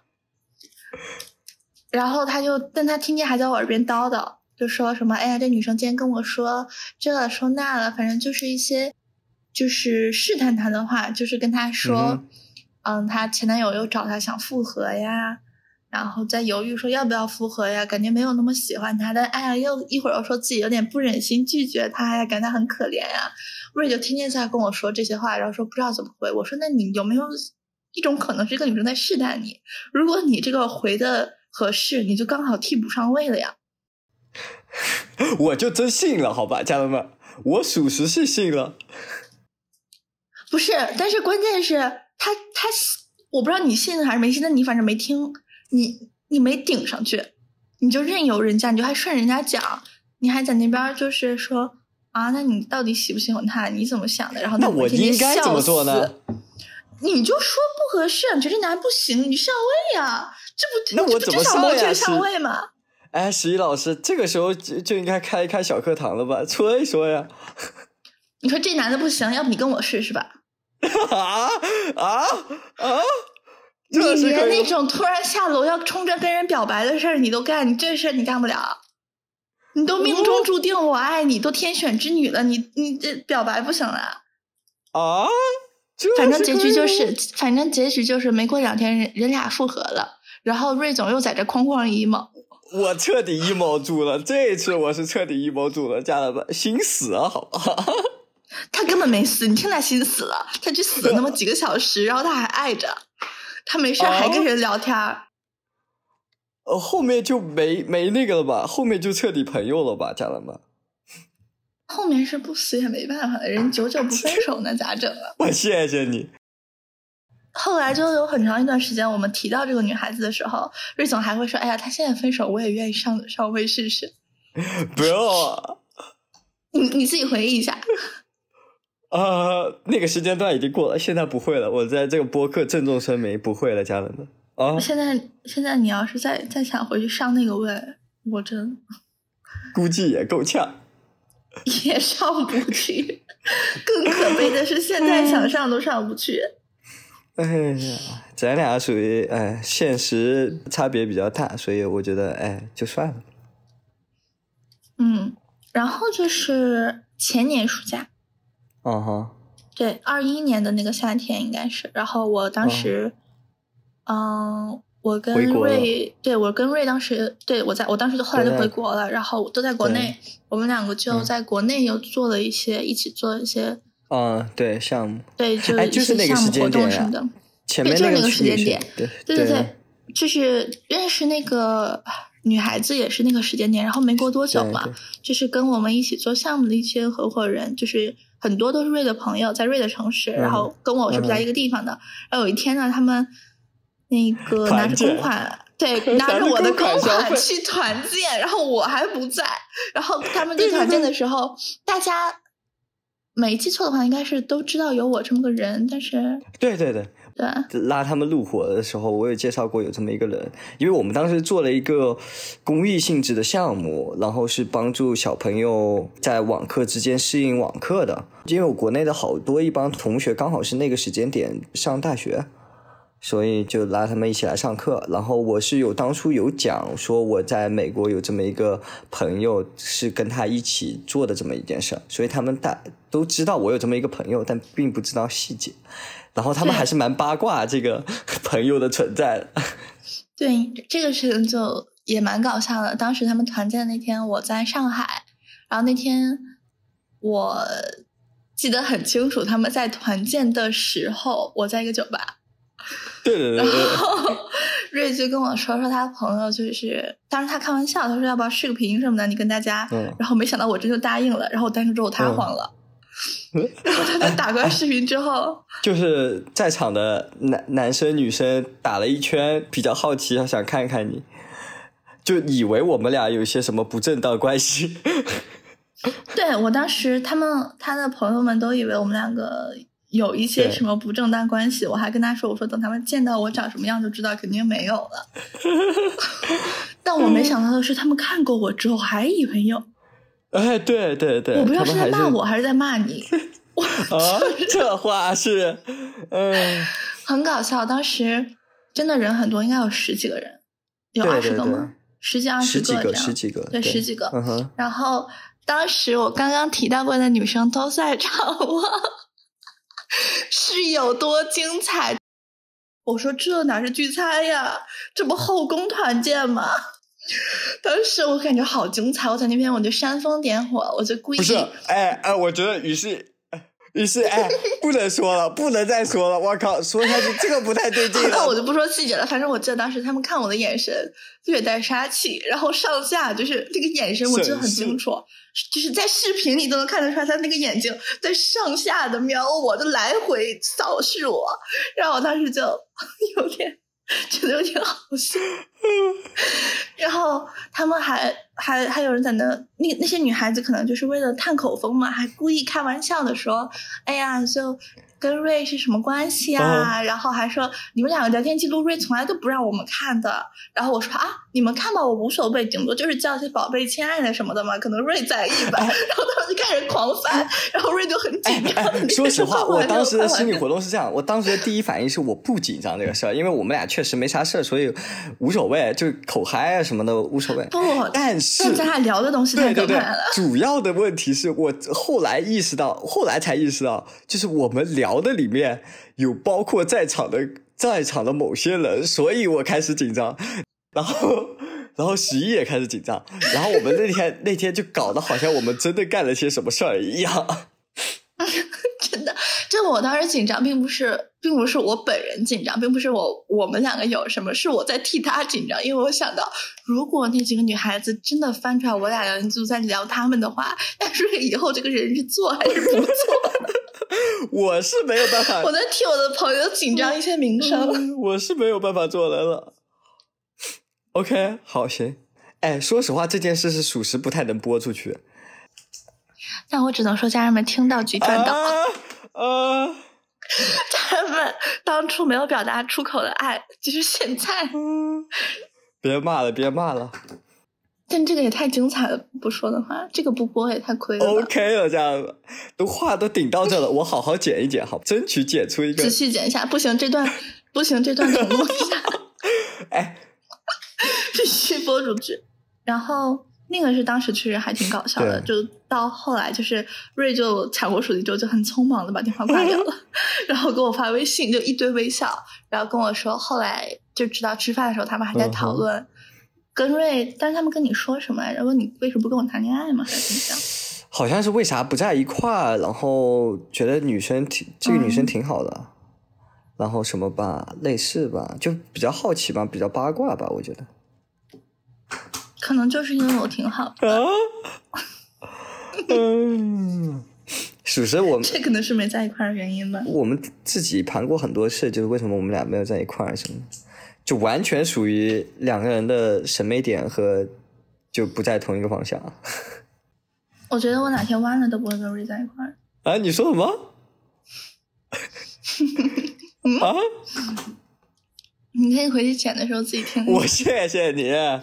然后他就，但他听见还在我耳边叨叨，就说什么，哎呀，这女生今天跟我说这说那了，反正就是一些，就是试探他的话，就是跟他说，嗯，嗯他前男友又找他想复合呀，然后在犹豫说要不要复合呀，感觉没有那么喜欢他，但哎呀，又一会儿又说自己有点不忍心拒绝他呀，感觉他很可怜呀。瑞就天天在跟我说这些话，然后说不知道怎么回。我说那你有没有一种可能是这个女生在试探你？如果你这个回的合适，你就刚好替补上位了呀。 我就真信了，好吧，家人们，我属实是信了。 不是，但是关键是他他，我不知道你信还是没信，但你反正没听，你你没顶上去。 你就任由人家，你就还顺人家讲，你还在那边就是说啊，那你到底喜不喜欢他？你怎么想的？然后那我应该怎么做呢？ 你就说不合适，你觉得这男人不行，你上位呀，这不那我怎么上呀？ 上位吗？ 哎，十一老师，这个时候就就应该开一开小课堂了吧，说一说呀。 你说这男的不行，要不你跟我试试吧？ 啊啊啊！ 你连那种突然下楼要冲着跟人表白的事儿你都干，你这事儿你干不了。你都命中注定我爱你，都天选之女了，你你这表白不行了啊？ 反正结局就是，反正结局就是没过两天人人俩复合了，然后瑞总又在这哐哐 emo。 我彻底 emo 住了，这一次我是彻底 emo 住了，家人们心死了，好吧？ 他根本没死，你听他心死了，他去死了那么几个小时，然后他还爱着，他没事还跟人聊天。 呃，后面就没没那个了吧？后面就彻底朋友了吧，家人们。 后面是不死也没办法的，人久久不分手那咋整啊？ 我谢谢你。 后来就有很长一段时间，我们提到这个女孩子的时候，瑞总还会说：“哎呀，她现在分手，我也愿意上上位试试。” 不要啊！ 你你自己回忆一下。 呃，那个时间段已经过了，现在不会了。我在这个播客郑重声明，不会了，家人们。啊！ 现在现在你要是再再想回去上那个位，我真估计也够呛， 也上不去。更可悲的是，现在想上都上不去。 哎呀，咱俩属于哎，现实差别比较大，所以我觉得哎，就算了。 嗯，然后就是前年暑假。 嗯哼。 对，二一年的那个夏天应该是，然后我当时。哦嗯，我跟瑞，对我跟瑞当时，对我在我当时就后来就回国了，然后都在国内，我们两个就在国内又做了一些，嗯、一起做一些， 嗯，对项目， 对，就一些项目活动什么的， 啊、前面那个时间点， 对对对对，就是认识那个女孩子也是那个时间点，然后没过多久嘛，就是跟我们一起做项目的一些合伙人，就是很多都是瑞的朋友，在瑞的城市， 嗯、 然后跟我是不在一个地方的，嗯、然后有一天呢，他们。那个拿着公款，对，拿着我的公款去团建，然后我还不在，然后他们去团建的时候，大家没记错的话，应该是都知道有我这么个人，但是对对对对， 拉他们入伙的时候，我有介绍过有这么一个人，因为我们当时做了一个公益性质的项目，然后是帮助小朋友在网课之间适应网课的，因为我国内的好多一帮同学刚好是那个时间点上大学。所以就拉他们一起来上课，然后我是有当初有讲说我在美国有这么一个朋友是跟他一起做的这么一件事，所以他们大都知道我有这么一个朋友，但并不知道细节，然后他们还是蛮八卦这个朋友的存在的。 对，这个事情就也蛮搞笑的。当时他们团建的那天我在上海，然后那天我记得很清楚，他们在团建的时候我在一个酒吧。 对对对对， 然后瑞就跟我说说他朋友就是，当时他开玩笑，他说要不要视个频什么的，你跟大家，嗯、然后没想到我真就答应了，然后但是之后他慌了，嗯、然后他打关视频之后， 就是在场的男男生女生打了一圈，比较好奇，想看看你，就以为我们俩有一些什么不正当关系。 对，我当时他们他的朋友们都以为我们两个。有一些什么不正当关系，我还跟他说，我说等他们见到我长什么样就知道肯定没有了。但我没想到的是，他们看过我之后还以为有。 哎，对对对， 我不知道是在骂我还是在骂你。 啊，这话是，嗯， 很搞笑。当时真的人很多，应该有十几个人，有二十个吗？ 对对对十几二十个这样， 十几个， 对， 对十几个。 嗯哼。 然后当时我刚刚提到过的女生都在场我。是有多精彩？我说这哪是聚餐呀，这不后宫团建吗？当时我感觉好精彩，我在那边我就煽风点火，我就故意不是，哎哎，我觉得于是于是哎，不能说了，不能再说了，我靠，说下去这个不太对劲了。 那我就不说细节了，反正我记得当时他们看我的眼神略带杀气，然后上下就是那个眼神我记得很清楚，就是在视频里都能看得出来他那个眼睛在上下的瞄我，就来回扫视我，然后我当时就有点觉得有点好笑。然后他们还还还有人在那那那些女孩子可能就是为了探口风嘛，还故意开玩笑的说，哎呀，就跟瑞是什么关系啊？哦、然后还说你们两个聊天记录瑞从来都不让我们看的。然后我说啊，你们看吧，我无所谓，顶多就是叫些宝贝、亲爱的什么的嘛，可能瑞在意吧。哎、然后他们就开始狂翻，然后瑞就很紧张。哎哎、说实话，我当时的心理活动是这样，我当时的第一反应是我不紧张这个事儿，因为我们俩确实没啥事儿，所以无所谓，就口嗨啊什么的无所谓。 不， 但是咱俩聊的东西太可怕了。 对对对，主要的问题是我后来意识到，后来才意识到，就是我们聊的里面有包括在场的在场的某些人，所以我开始紧张，然后然后十一也开始紧张，然后我们那天那天就搞得好像我们真的干了些什么事儿一样。 真的，这我当时紧张，并不是，并不是我本人紧张，并不是我我们两个有什么，是我在替他紧张，因为我想到，如果那几个女孩子真的翻出来我俩人就在聊他们的话，但是以后这个人是做还是不做？ 我是没有办法， 我能替我的朋友紧张一些名声、 嗯，我是没有办法做人了。OK， 好，行。哎，说实话，这件事是属实不太能播出去。 但我只能说，家人们听到即赚到。 啊啊！ 家人们当初没有表达出口的爱，就是现在。 嗯、别骂了，别骂了。 但这个也太精彩了，不说的话，这个不播也太亏了。 OK 了，这样子，都话都顶到这了，我好好剪一剪，好，争取剪出一个。 仔细剪一下，不行，这段不行，这段重录一下。 哎， 必须播出去。然后那个是当时确实还挺搞笑的，就到后来就是瑞就抢过手机之后就很匆忙的把电话挂掉了，然后给我发微信，就一堆微笑，然后跟我说后来就知道吃饭的时候他们还在讨论。嗯跟瑞，但是他们跟你说什么来着？问你为什么不跟我谈恋爱吗？还是怎么样？ 好像是为啥不在一块儿，然后觉得女生挺这个女生挺好的、嗯，然后什么吧，类似吧，就比较好奇吧，比较八卦吧，我觉得。 可能就是因为我挺好的。啊、 嗯，属实我们这可能是没在一块儿的原因吧。 我们自己盘过很多次，就是为什么我们俩没有在一块儿什么的。就完全属于两个人的审美点和就不在同一个方向。 我觉得我哪天弯了都不会跟瑞在一块儿。 啊，你说什么？ 嗯、啊？你可以回去剪的时候自己听听。 我谢谢你。啊、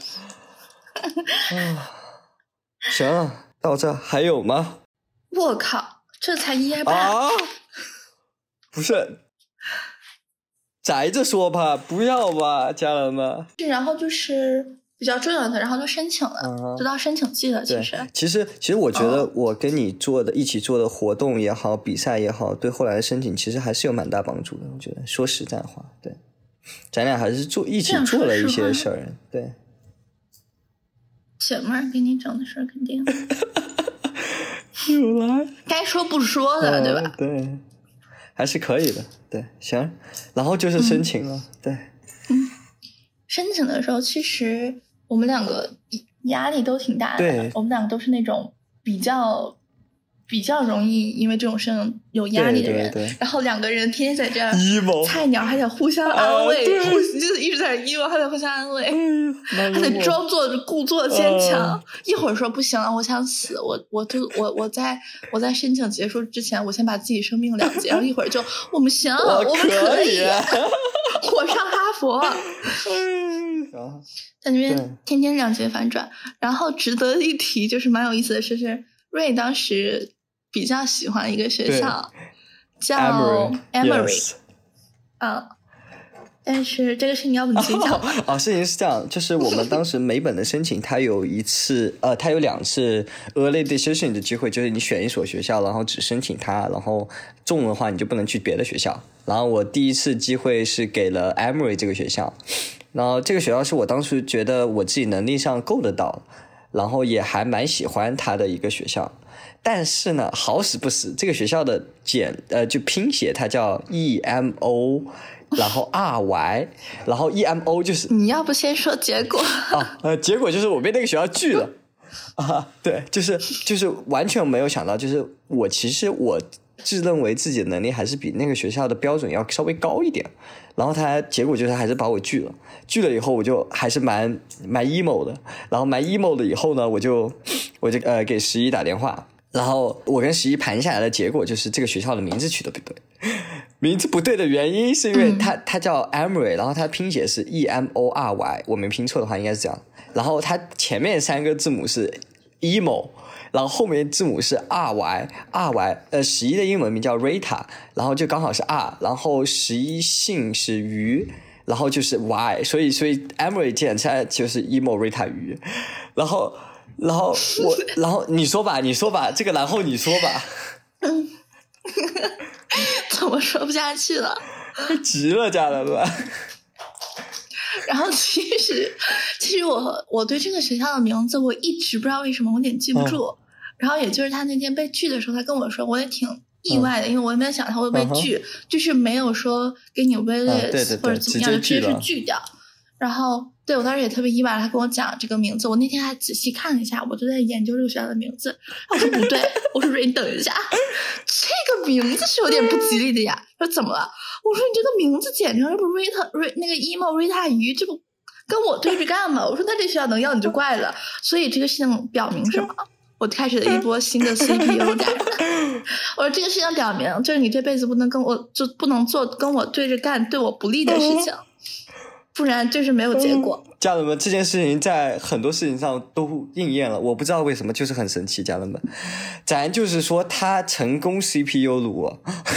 行了，到这还有吗？ 我靠，这才一夜半。 啊！不是。宅着说吧，不要吧，家人们。 然后就是比较重要的，然后就申请了，嗯、就到申请季了。其实， 其实，其实我觉得我跟你做的、哦、一起做的活动也好，比赛也好，对后来的申请其实还是有蛮大帮助的。我觉得，说实在话，对，咱俩还是做一起做了一些事儿，对。 姐妹儿给你整的事儿肯定。 又来， 该说不说的， 嗯、 对吧？ 对。还是可以的，对，行，然后就是申请了，嗯、对， 嗯，申请的时候其实我们两个压力都挺大的， 对， 我们两个都是那种比较比较容易因为这种事情有压力的人， 对对对， 然后两个人天天在这儿 emo 菜鸟还得互相安慰， 啊、 互就是一直在 emo 还得互相安慰，还得装作故作坚强， 啊、 一会儿说不行了，我想死，我我就我我在我在申请结束之前，我先把自己生命了结，然后一会儿就我们行， 我, 我们可以， 啊、 我上哈佛，在那边天天两极反转。然后值得一提就是蛮有意思的是，是瑞当时比较喜欢一个学校叫 Emory， 嗯。但是这个事情要不你自己讲吧。 哦，事情是这样，就是我们当时每本的申请，它有一次，呃，它有两次 early decision 的机会，就是你选一所学校，然后只申请它，然后中的话你就不能去别的学校。然后我第一次机会是给了 Emory 这个学校，然后这个学校是我当时觉得我自己能力上够得到，然后也还蛮喜欢它的一个学校。但是呢，好死不死，这个学校的简呃就拼写它叫 E M O。然后 R Y， 然后 E M O 就是你要不先说结果啊？呃，结果就是我被那个学校拒了啊！对，就是就是完全没有想到，就是我其实我自认为自己的能力还是比那个学校的标准要稍微高一点，然后他结果就是还是把我拒了，拒了以后我就还是蛮蛮 emo 的，然后蛮 emo 的以后呢，我就我就呃给十一打电话，然后我跟十一盘下来的结果就是这个学校的名字取得不对，名字不对的原因是因为它它叫 Emory， 然后它拼写是 E M O R Y， 我没拼错的话应该是这样，然后它前面三个字母是 emo，然后后面字母是 R Y R Y， 呃，十一的英文名叫 Rita， 然后就刚好是 R， 然后十一姓是鱼，然后就是 Y， 所以所以 Emory 简起来就是 emo Rita 鱼，然后然后我然后你说吧，你说吧，这个然后你说吧， 嗯，怎么说不下去了？ 急了家人们。 然后其实其实我我对这个学校的名字我一直不知道为什么我有点记不住。哦，然后也就是他那天被拒的时候他跟我说，我也挺意外的，嗯，因为我也没有想他会被拒，嗯，就是没有说给你 waitlist，嗯，或者怎么样，就直接是拒掉。然后对我当时也特别意外，他跟我讲这个名字，我那天还仔细看了一下，我就在研究这个学校的名字。我说不对，我说你等一下，这个名字是有点不吉利的呀。说怎么了？我说你这个名字简称这不 Rita Rita 那个 emo Rita 鱼，这不跟我对着干吗？我说那这学校能要你就怪了。所以这个事情表明什么？我开始了一波新的 C P U 战。我说这个事情表明，就是你这辈子不能跟我就不能做跟我对着干对我不利的事情，不然就是没有结果。 家人们，这件事情在很多事情上都应验了，我不知道为什么，就是很神奇。家人们，咱就是说他成功 C P U 炉。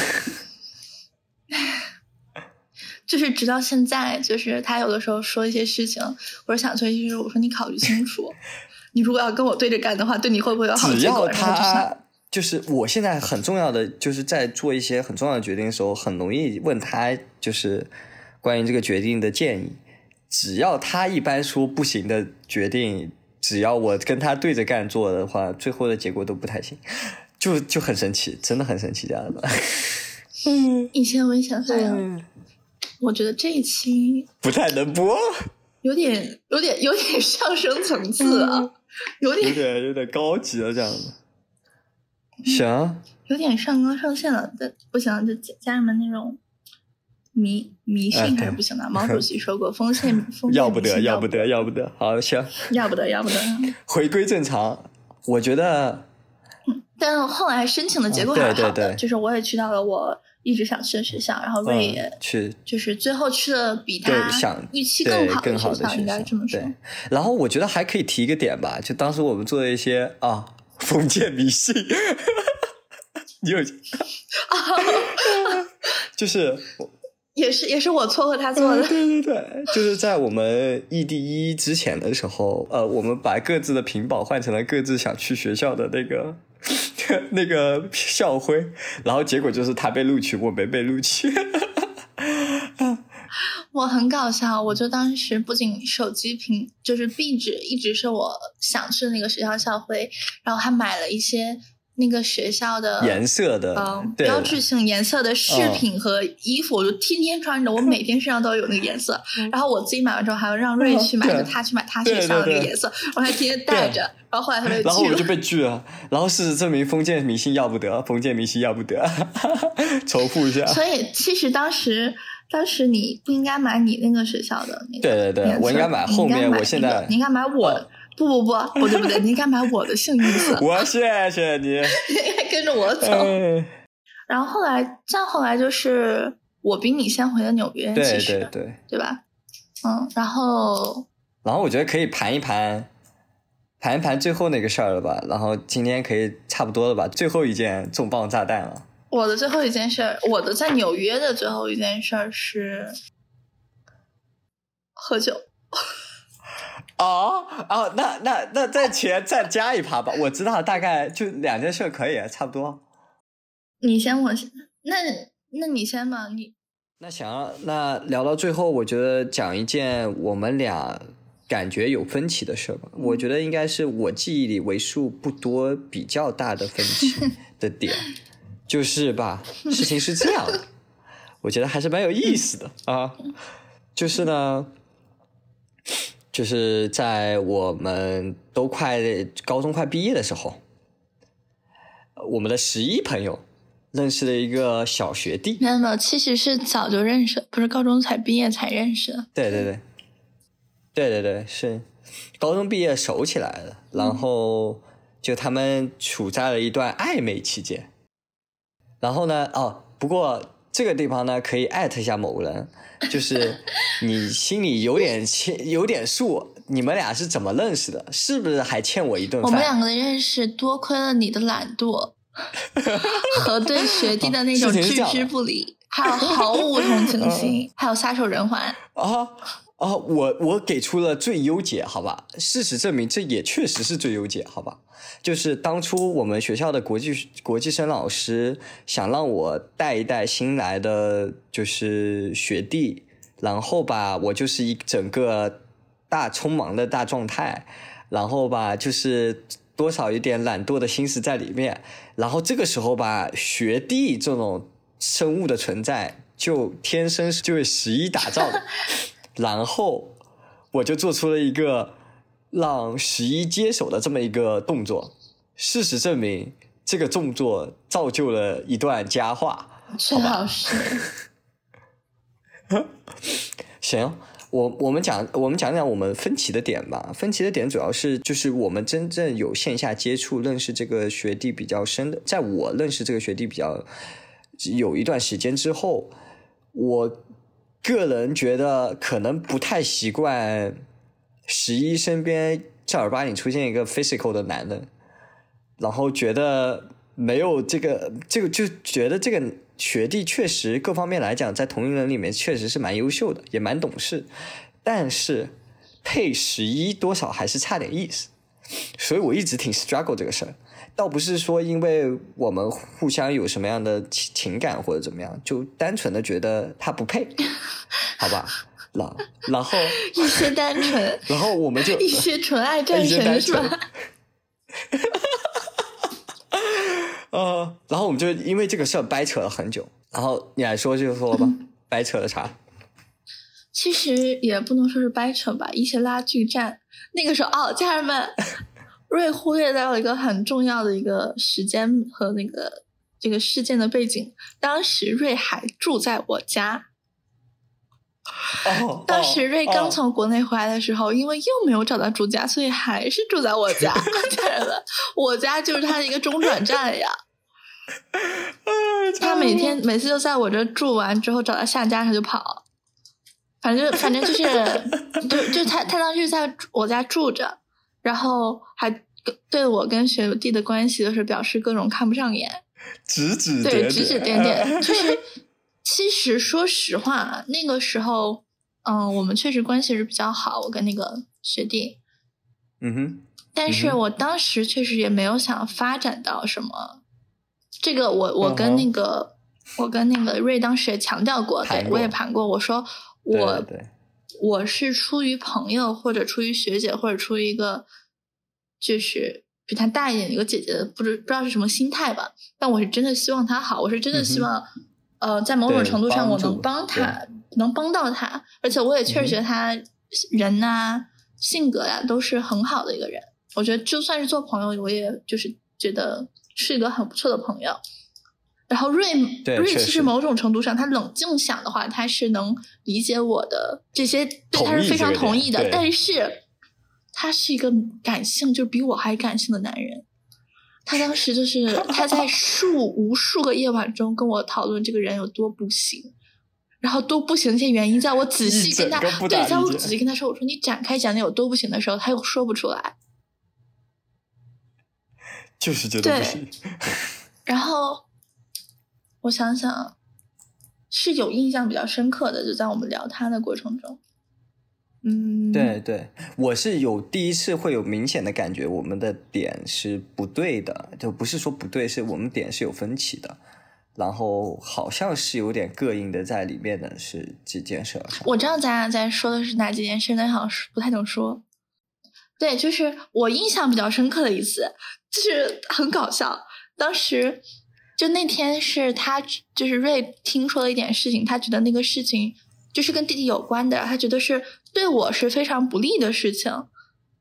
就是直到现在，就是他有的时候说一些事情，或者想做一些事，我说你考虑清楚，你如果要跟我对着干的话，对你会不会有好结果？ 只要他就是我现在很重要的，就是在做一些很重要的决定的时候，很容易问他就是关于这个决定的建议。只要他一般说不行的决定，只要我跟他对着干做的话，最后的结果都不太行，就就很神奇，真的很神奇这样的。 嗯，一些危险反应。我觉得这一期不太能播， 有点有点有点上升层次啊，嗯，有点有点有点高级了这样的。行， 有点上纲上线了，但不行，就家人们那种迷迷信还是不行的。毛主席说过，封建封建要不得要不得要不得，好行， 要不得要不得， 回归正常。我觉得， 嗯，但后来申请的结果还是好的，哦，对对对，就是我也去到了我一直想去的学校，然后瑞也，嗯， 去， 就是最后去了比他预期更好的学校，应该这么说。 然后我觉得还可以提一个点吧，就当时我们做了一些啊封建迷信，你有，就是也是也是我撮合他做的， 嗯，对对对，就是在我们异地一之前的时候，呃，我们把各自的屏保换成了各自想去学校的那个。那个校徽，然后结果就是他被录取，我没被录取。 我很搞笑，我就当时不仅手机屏就是壁纸一直是我想去的那个学校校徽，然后还买了一些那个学校的颜色的， 嗯，标志性颜色的饰品和衣服，嗯，我就天天穿着，我每天身上都有那个颜色。然后我自己买完之后，还要让瑞去买，就他去买他学校的那个颜色，我还天天带着。然后后来他被拒了， 然后我就被拒了。然后事实证明，封建迷信要不得，封建迷信要不得，重复一下。 所以其实当时，当时你不应该买你那个学校的那个， 对对对，我应该买后面。我现在你应该买我的。哦，不不不，不对不对，你应该买我的幸运色。 我谢谢你， 你应该跟着我走。 哎， 然后后来，再后来就是我比你先回的纽约， 对其实对对， 对吧？嗯，然后， 然后我觉得可以盘一盘，盘一盘最后那个事儿了吧？然后今天可以差不多了吧？最后一件重磅炸弹了。 我的最后一件事儿，我的在纽约的最后一件事儿是喝酒。 哦哦，那那那再前再加一趴吧，我知道大概就两件事可以，差不多。 你先，我先，那那你先吧，你。 那行，那聊到最后，我觉得讲一件我们俩感觉有分歧的事吧。嗯，我觉得应该是我记忆里为数不多比较大的分歧的点，就是吧，事情是这样的，我觉得还是蛮有意思的啊，就是呢。就是在我们都快高中快毕业的时候，我们的十一朋友认识了一个小学弟。 没有没有，其实是早就认识，不是高中才毕业才认识的。 对对对，对对对，是高中毕业熟起来了，然后就他们处在了一段暧昧期间。然后呢，哦，不过这个地方呢可以艾特一下某人，就是你心里有点欠有点数，你们俩是怎么认识的？是不是还欠我一顿饭？ 我们两个的认识多亏了你的懒惰和对学弟的那种置之不理，还有毫无同情心，还有撒手人寰啊啊！我我给出了最优解，好吧？事实证明，这也确实是最优解，好吧？就是当初我们学校的国际国际生老师想让我带一带新来的就是学弟，然后吧，我就是一整个大匆忙的大状态，然后吧，就是多少有点懒惰的心思在里面，然后这个时候吧，学弟这种生物的存在就天生就是十一打造的。然后我就做出了一个让十一接手的这么一个动作，事实证明这个动作造就了一段佳话。 最好是行，我我们讲我们讲讲我们分歧的点吧。分歧的点主要是就是我们真正有线下接触认识这个学弟比较深的，在我认识这个学弟比较有一段时间之后，我个人觉得可能不太习惯十一身边正儿八经出现一个 physical 的男人，然后觉得没有这个这个就觉得这个学弟确实各方面来讲在同龄人里面确实是蛮优秀的，也蛮懂事，但是配十一多少还是差点意思，所以我一直挺 struggle 这个事儿。倒不是说因为我们互相有什么样的情感或者怎么样，就单纯的觉得他不配，好吧？然然后一些单纯， 然后我们就一些纯爱战神是吧？ 呃，然后我们就因为这个事儿掰扯了很久。然后你来说就说吧，嗯、掰扯了啥？ 其实也不能说是掰扯吧，一些拉锯战。那个时候，哦，家人们。瑞忽略到一个很重要的一个时间和那个这个事件的背景，当时瑞还住在我家。 哦， 当时瑞刚从国内回来的时候，哦、因为又没有找到住家，所以还是住在我家。家人们，我家就是他的一个中转站呀。他每天每次就在我这住完之后，找到下家他就跑。反正反正就是就就他他当时在我家住着。然后还对我跟学弟的关系就是表示各种看不上眼， 指指点点， 对，指指点点。就是其实说实话，那个时候，嗯，我们确实关系是比较好，我跟那个学弟， 嗯哼。 但是我当时确实也没有想发展到什么。这个我我跟那个、uh-huh. 我跟那个瑞当时也强调过，对，我也盘过，我说我。 对对我是出于朋友或者出于学姐或者出于一个就是比他大一点一个姐姐的不知不知道是什么心态吧，但我是真的希望他好，我是真的希望、嗯、呃在某种程度上我能帮他能帮到他，而且我也确实觉得他人啊、嗯、性格呀、啊、都是很好的一个人，我觉得就算是做朋友我也就是觉得是一个很不错的朋友。然后瑞瑞其实某种程度上他冷静想的话他是能理解我的这些，对，他是非常同意的，但是他是一个感性就比我还感性的男人。他当时就是他在数无数个夜晚中跟我讨论这个人有多不行，然后多不行这些原因在我仔细跟他对在我仔细跟他说，我说你展开讲你有多不行的时候他又说不出来， 就是觉得不行。 然后我想想是有印象比较深刻的，就在我们聊他的过程中。嗯， 对对，我是有第一次会有明显的感觉我们的点是不对的，就不是说不对，是我们点是有分歧的，然后好像是有点膈应的在里面的是几件事上。 我知道咱俩在说的是哪几件事，但好像不太能说。对，就是我印象比较深刻的一次，就是很搞笑，当时就那天是他就是瑞听说了一点事情，他觉得那个事情就是跟弟弟有关的，他觉得是对我是非常不利的事情，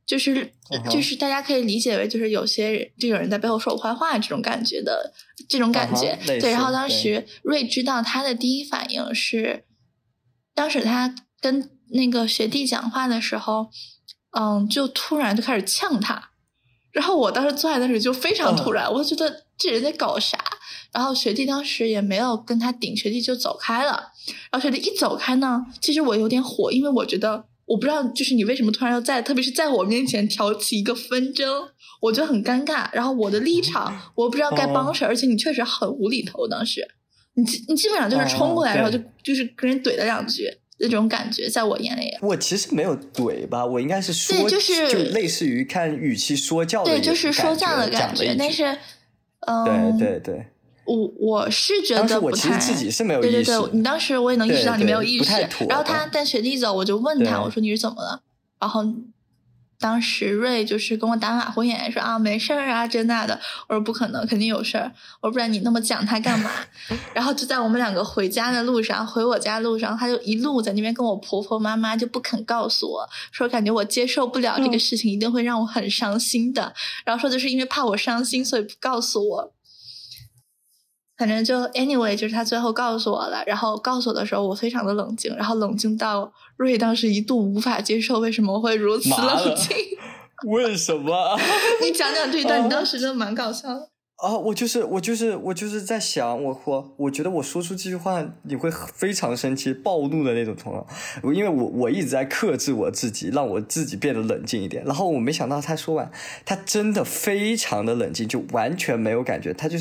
就是就是大家可以理解为就是有些人就有人在背后说我坏话这种感觉的这种感觉、 uh-huh, 对。然后当时瑞知道他的第一反应是，当时他跟那个学弟讲话的时候，嗯，就突然就开始呛他，然后我当时坐在那里就非常突然， uh-huh. 我就觉得这人在搞啥。然后学弟当时也没有跟他顶，学弟就走开了。然后学弟一走开呢，其实我有点火，因为我觉得我不知道就是你为什么突然要在特别是在我面前挑起一个纷争，我觉得很尴尬。然后我的立场我不知道该帮谁、哦、而且你确实很无厘头，当时你你基本上就是冲过来、哦、然后就就是跟人怼了两句那种感觉，在我眼里我其实没有怼吧，我应该是说对，就是就类似于看语气说教的对，就是说教的感觉，但是嗯，对对对， 我我是觉得不太，当时我其实自己是没有意识， 对对对，你当时我也能意识到你没有意识。 对对对， 然后他带学弟走，我就问他，我说你是怎么了？然后当时瑞就是跟我打马虎眼说啊没事儿啊这那的，我说不可能，肯定有事儿，我说不然你那么讲他干嘛？然后就在我们两个回家的路上，回我家路上，他就一路在那边跟我婆婆妈妈就不肯告诉我，说感觉我接受不了这个事情，一定会让我很伤心的，然后说就是因为怕我伤心所以不告诉我。反正就 anyway 就是他最后告诉我了，然后告诉我的时候我非常的冷静，然后冷静到瑞当时一度无法接受为什么会如此冷静。 为什么？ 你讲讲这一段、哦、你当时真的蛮搞笑的。 啊，我就是我就是我就是在想，我我我觉得我说出这句话你会非常生气暴怒的那种状况，因为我我一直在克制我自己，让我自己变得冷静一点。然后我没想到他说完，他真的非常的冷静，就完全没有感觉，他就是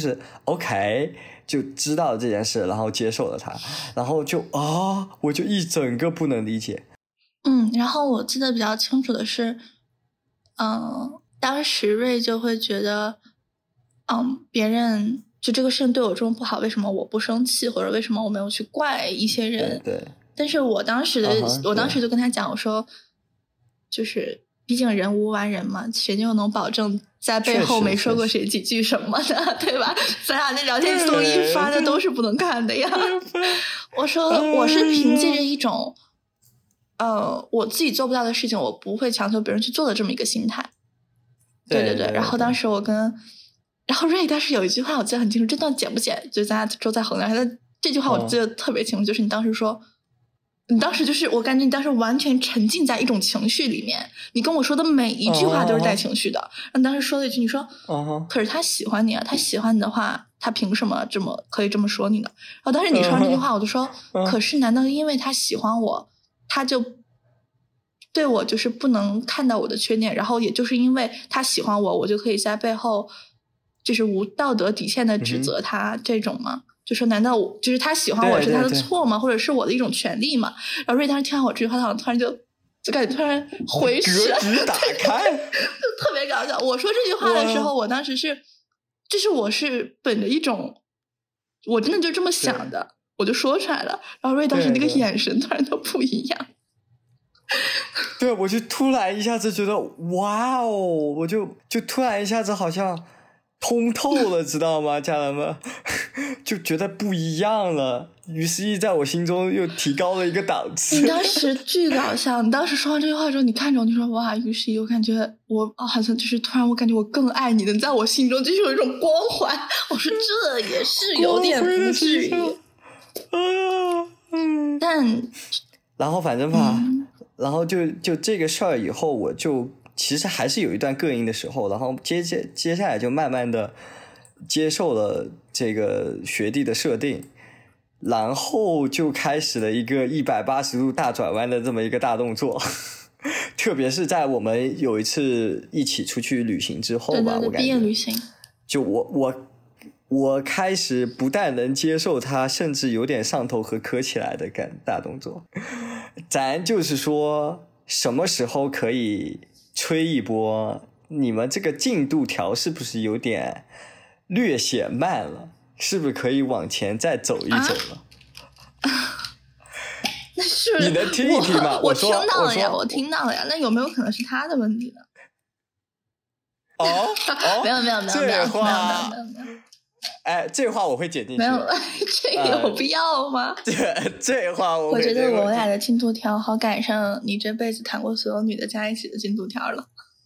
OK 就知道这件事，然后接受了他，然后就啊、哦，我就一整个不能理解。 嗯，然后我记得比较清楚的是，嗯，当时瑞就会觉得。嗯，别人就这个事情对我这么不好，为什么我不生气，或者为什么我没有去怪一些人？ 对。对但是我当时的， uh-huh, 我当时就跟他讲，我说，就是毕竟人无完人嘛，谁就能保证在背后没说过谁几句什么的，对吧？咱俩那聊天综艺发的都是不能看的呀。我说我是凭借着一种，呃，我自己做不到的事情，我不会强求别人去做的这么一个心态。对对 对, 对, 对。然后当时我跟。然后瑞当时有一句话我记得很清楚，这段剪不剪就大家都在衡量，但这句话我记得特别清楚、哦、就是你当时说你当时就是我感觉你当时完全沉浸在一种情绪里面，你跟我说的每一句话都是带情绪的、哦、你当时说了一句你说、哦、可是他喜欢你啊，他喜欢你的话他凭什么这么可以这么说你呢？然后当时你说完这句话、哦、我就说、哦、可是难道因为他喜欢我他就对我就是不能看到我的缺点，然后也就是因为他喜欢我我就可以在背后就是无道德底线的指责他这种吗、嗯、就说难道我就是他喜欢我是他的错吗？或者是我的一种权利吗？然后瑞当时听完我这句话他好像突然就就感觉突然回神， 格局打开就特别搞笑。我说这句话的时候我当时是就是我是本着一种我真的就这么想的我就说出来了，然后瑞当时那个眼神突然都不一样。 对，我就突然一下子觉得哇哦，我就就突然一下子好像通透了知道吗家人们就觉得不一样了，于是意在我心中又提高了一个档次。 你当时巨搞笑，你当时说完这句话之后你看着我你说哇于是我感觉我、哦、好像就是突然我感觉我更爱你的，在我心中就是有一种光环。我说这也是有点不至于啊，嗯， 但然后反正吧、 嗯、 然后就就这个事儿以后我就其实还是有一段膈应的时候，然后接接接下来就慢慢的接受了这个学弟的设定，然后就开始了一个一百八十度大转弯的这么一个大动作。特别是在我们有一次一起出去旅行之后吧， 对对对， 我感觉毕业旅行， 就我我我开始不但能接受他，甚至有点上头和磕起来的感大动作。咱就是说什么时候可以吹一波，你们这个进度条是不是有点略显慢了，是不是可以往前再走一走了、 啊、那是你能听一听吗？ 我, 我, 我听到了呀， 我, 我听到了呀，那有没有可能是他的问题呢？ 哦，哦没有没有没有没有没有没有没有， 哎，这话我会剪进去。 没有，这个有必要吗？ 这、呃、这话我我觉得我俩的进度条好赶上你这辈子谈过所有女的加一起的进度条了。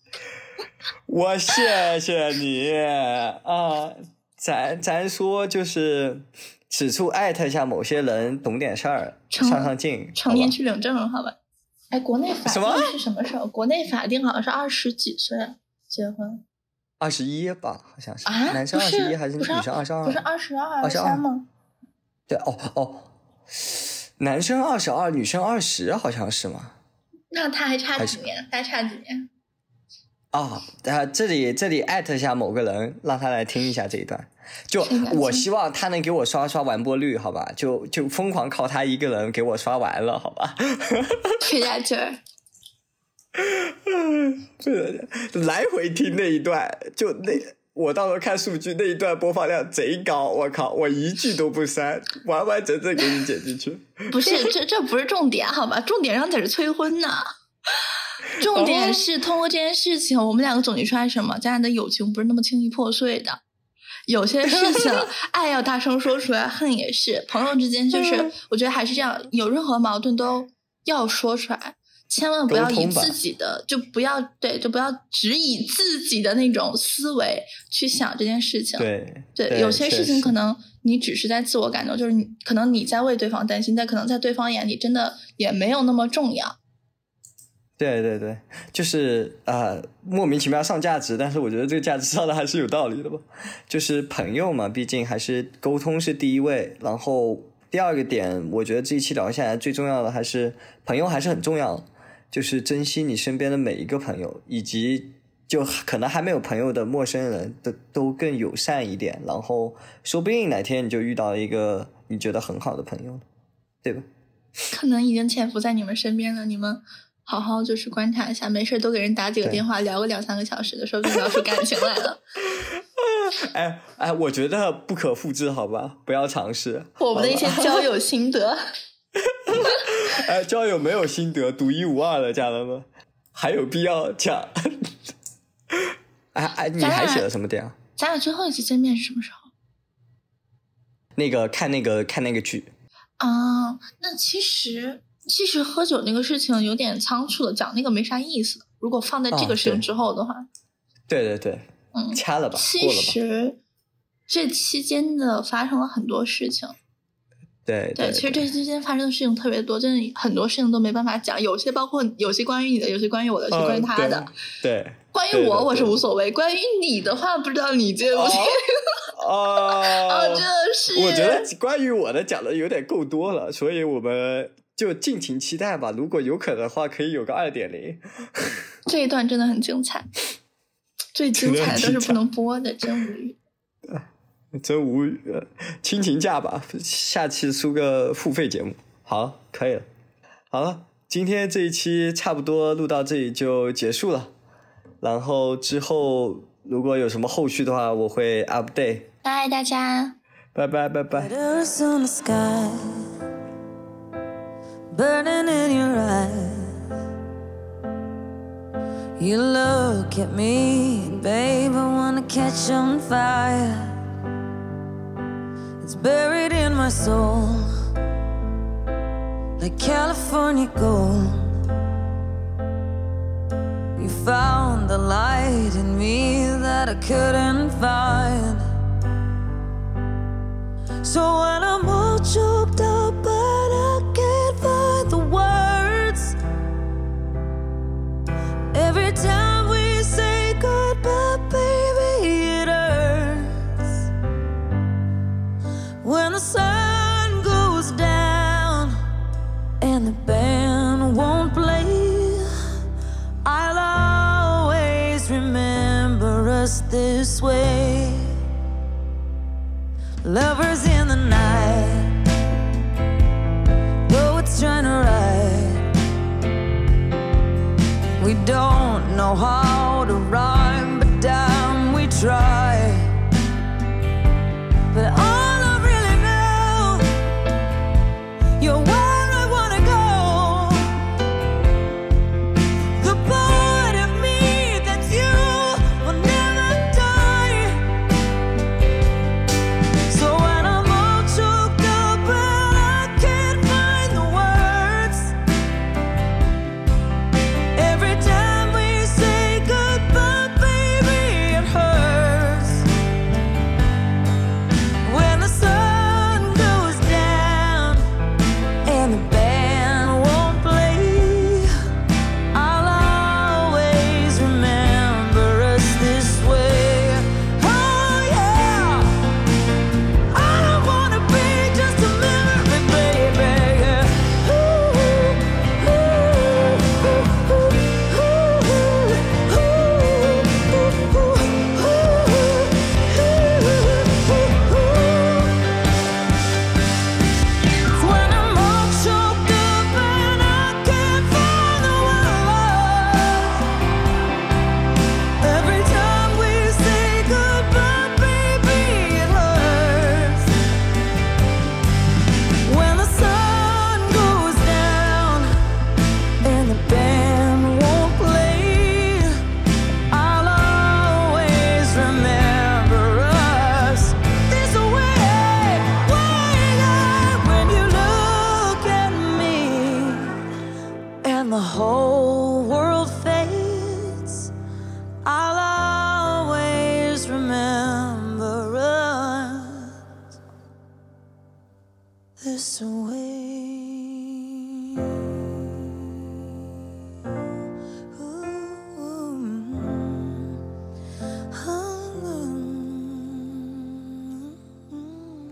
我谢谢你啊！咱咱说就是此处艾特一下某些人懂点事儿，上上镜， 成年去领证了，好吧？哎，国内法什么定是什么时候？国内法定好像是二十几岁结婚， 二十一吧，好像是。 啊？ 男生二十一还是女生二十二？ 不是二十二、 二十三吗？ 对，哦哦，男生二十二，女生二十，好像是吗？ 那他还差几年？还差几年？ 啊，呃，这里这里艾特一下某个人，让他来听一下这一段。就我希望他能给我刷刷完播率，好吧？就就疯狂靠他一个人给我刷完了，好吧？ 费点劲儿。 来回听那一段，就那我到时候看数据，那一段播放量贼高，我靠，我一句都不删，完完整整给你剪进去。 不是，这这不是重点，好吧？重点让在这催婚呢。重点是通过这件事情，我们两个总结出来什么？咱俩的友情不是那么轻易破碎的。有些事情，爱要大声说出来，恨也是。朋友之间就是，我觉得还是这样，有任何矛盾都要说出来，千万不要以自己的，就不要对，就不要只以自己的那种思维去想这件事情。 对对, 对， 有些事情可能你只是在自我感动，就是你可能你在为对方担心，但可能在对方眼里真的也没有那么重要。 对对对，就是呃莫名其妙上价值，但是我觉得这个价值上的还是有道理的吧。就是朋友嘛，毕竟还是沟通是第一位，然后第二个点，我觉得这一期聊下来最重要的还是朋友还是很重要，就是珍惜你身边的每一个朋友，以及就可能还没有朋友的陌生人都都更友善一点，然后说不定哪天你就遇到一个你觉得很好的朋友，对吧？ 可能已经潜伏在你们身边了，你们好好就是观察一下，没事多给人打几个电话，聊个两三个小时的，说不定聊出感情来了。 哎哎，我觉得不可复制，好吧，不要尝试。 我们的一些交友心得。 哎，交友没有心得，独一无二的，家人们，还有必要讲？哎哎，你还写了什么点啊？ 咱俩最后一次见面是什么时候？ 那个看那个看那个剧啊，那其实。其实喝酒那个事情有点仓促了，讲那个没啥意思。如果放在这个事情之后的话， 啊、对, 对对对， 嗯， 掐了吧， 其实这期间的发生了很多事情。 对对, 对，其实这期间发生的事情特别多，真的很多事情都没办法讲。有些包括有些关于你的，有些关于我的，有些关于他的。 嗯、对, 对， 关于我我是无所谓，关于你的话，不知道你介不介意。 哦， 哦，真的是。 我觉得关于我的讲的有点够多了，所以我们。就敬请期待吧，如果有可能的话，可以有个 二点零。 这一段真的很精彩，最精彩的都是不能播的，真无语。 真无语，亲情价吧，下期出个付费节目。好，可以了。好了，今天这一期差不多录到这里就结束了。然后之后如果有什么后续的话，我会 update。 拜大家， 拜拜拜拜。 Burning in your eyes, you look at me, babe, I wanna catch on fire. It's buried in my soul, like California gold. You found the light in me that I couldn't find. So when I'm all choked up but I can't find the words, every time we say goodbye, baby, it hurts. When the sun goes down and the band won't play, I'll always remember us this way. Lovers in the night, though it's trying to ride, we don't know how to rhyme, but damn we try. But all I really know, you're where I wanna go. The part of me that's you will never die. So when I'm when the whole world fades, I'll always remember us this way.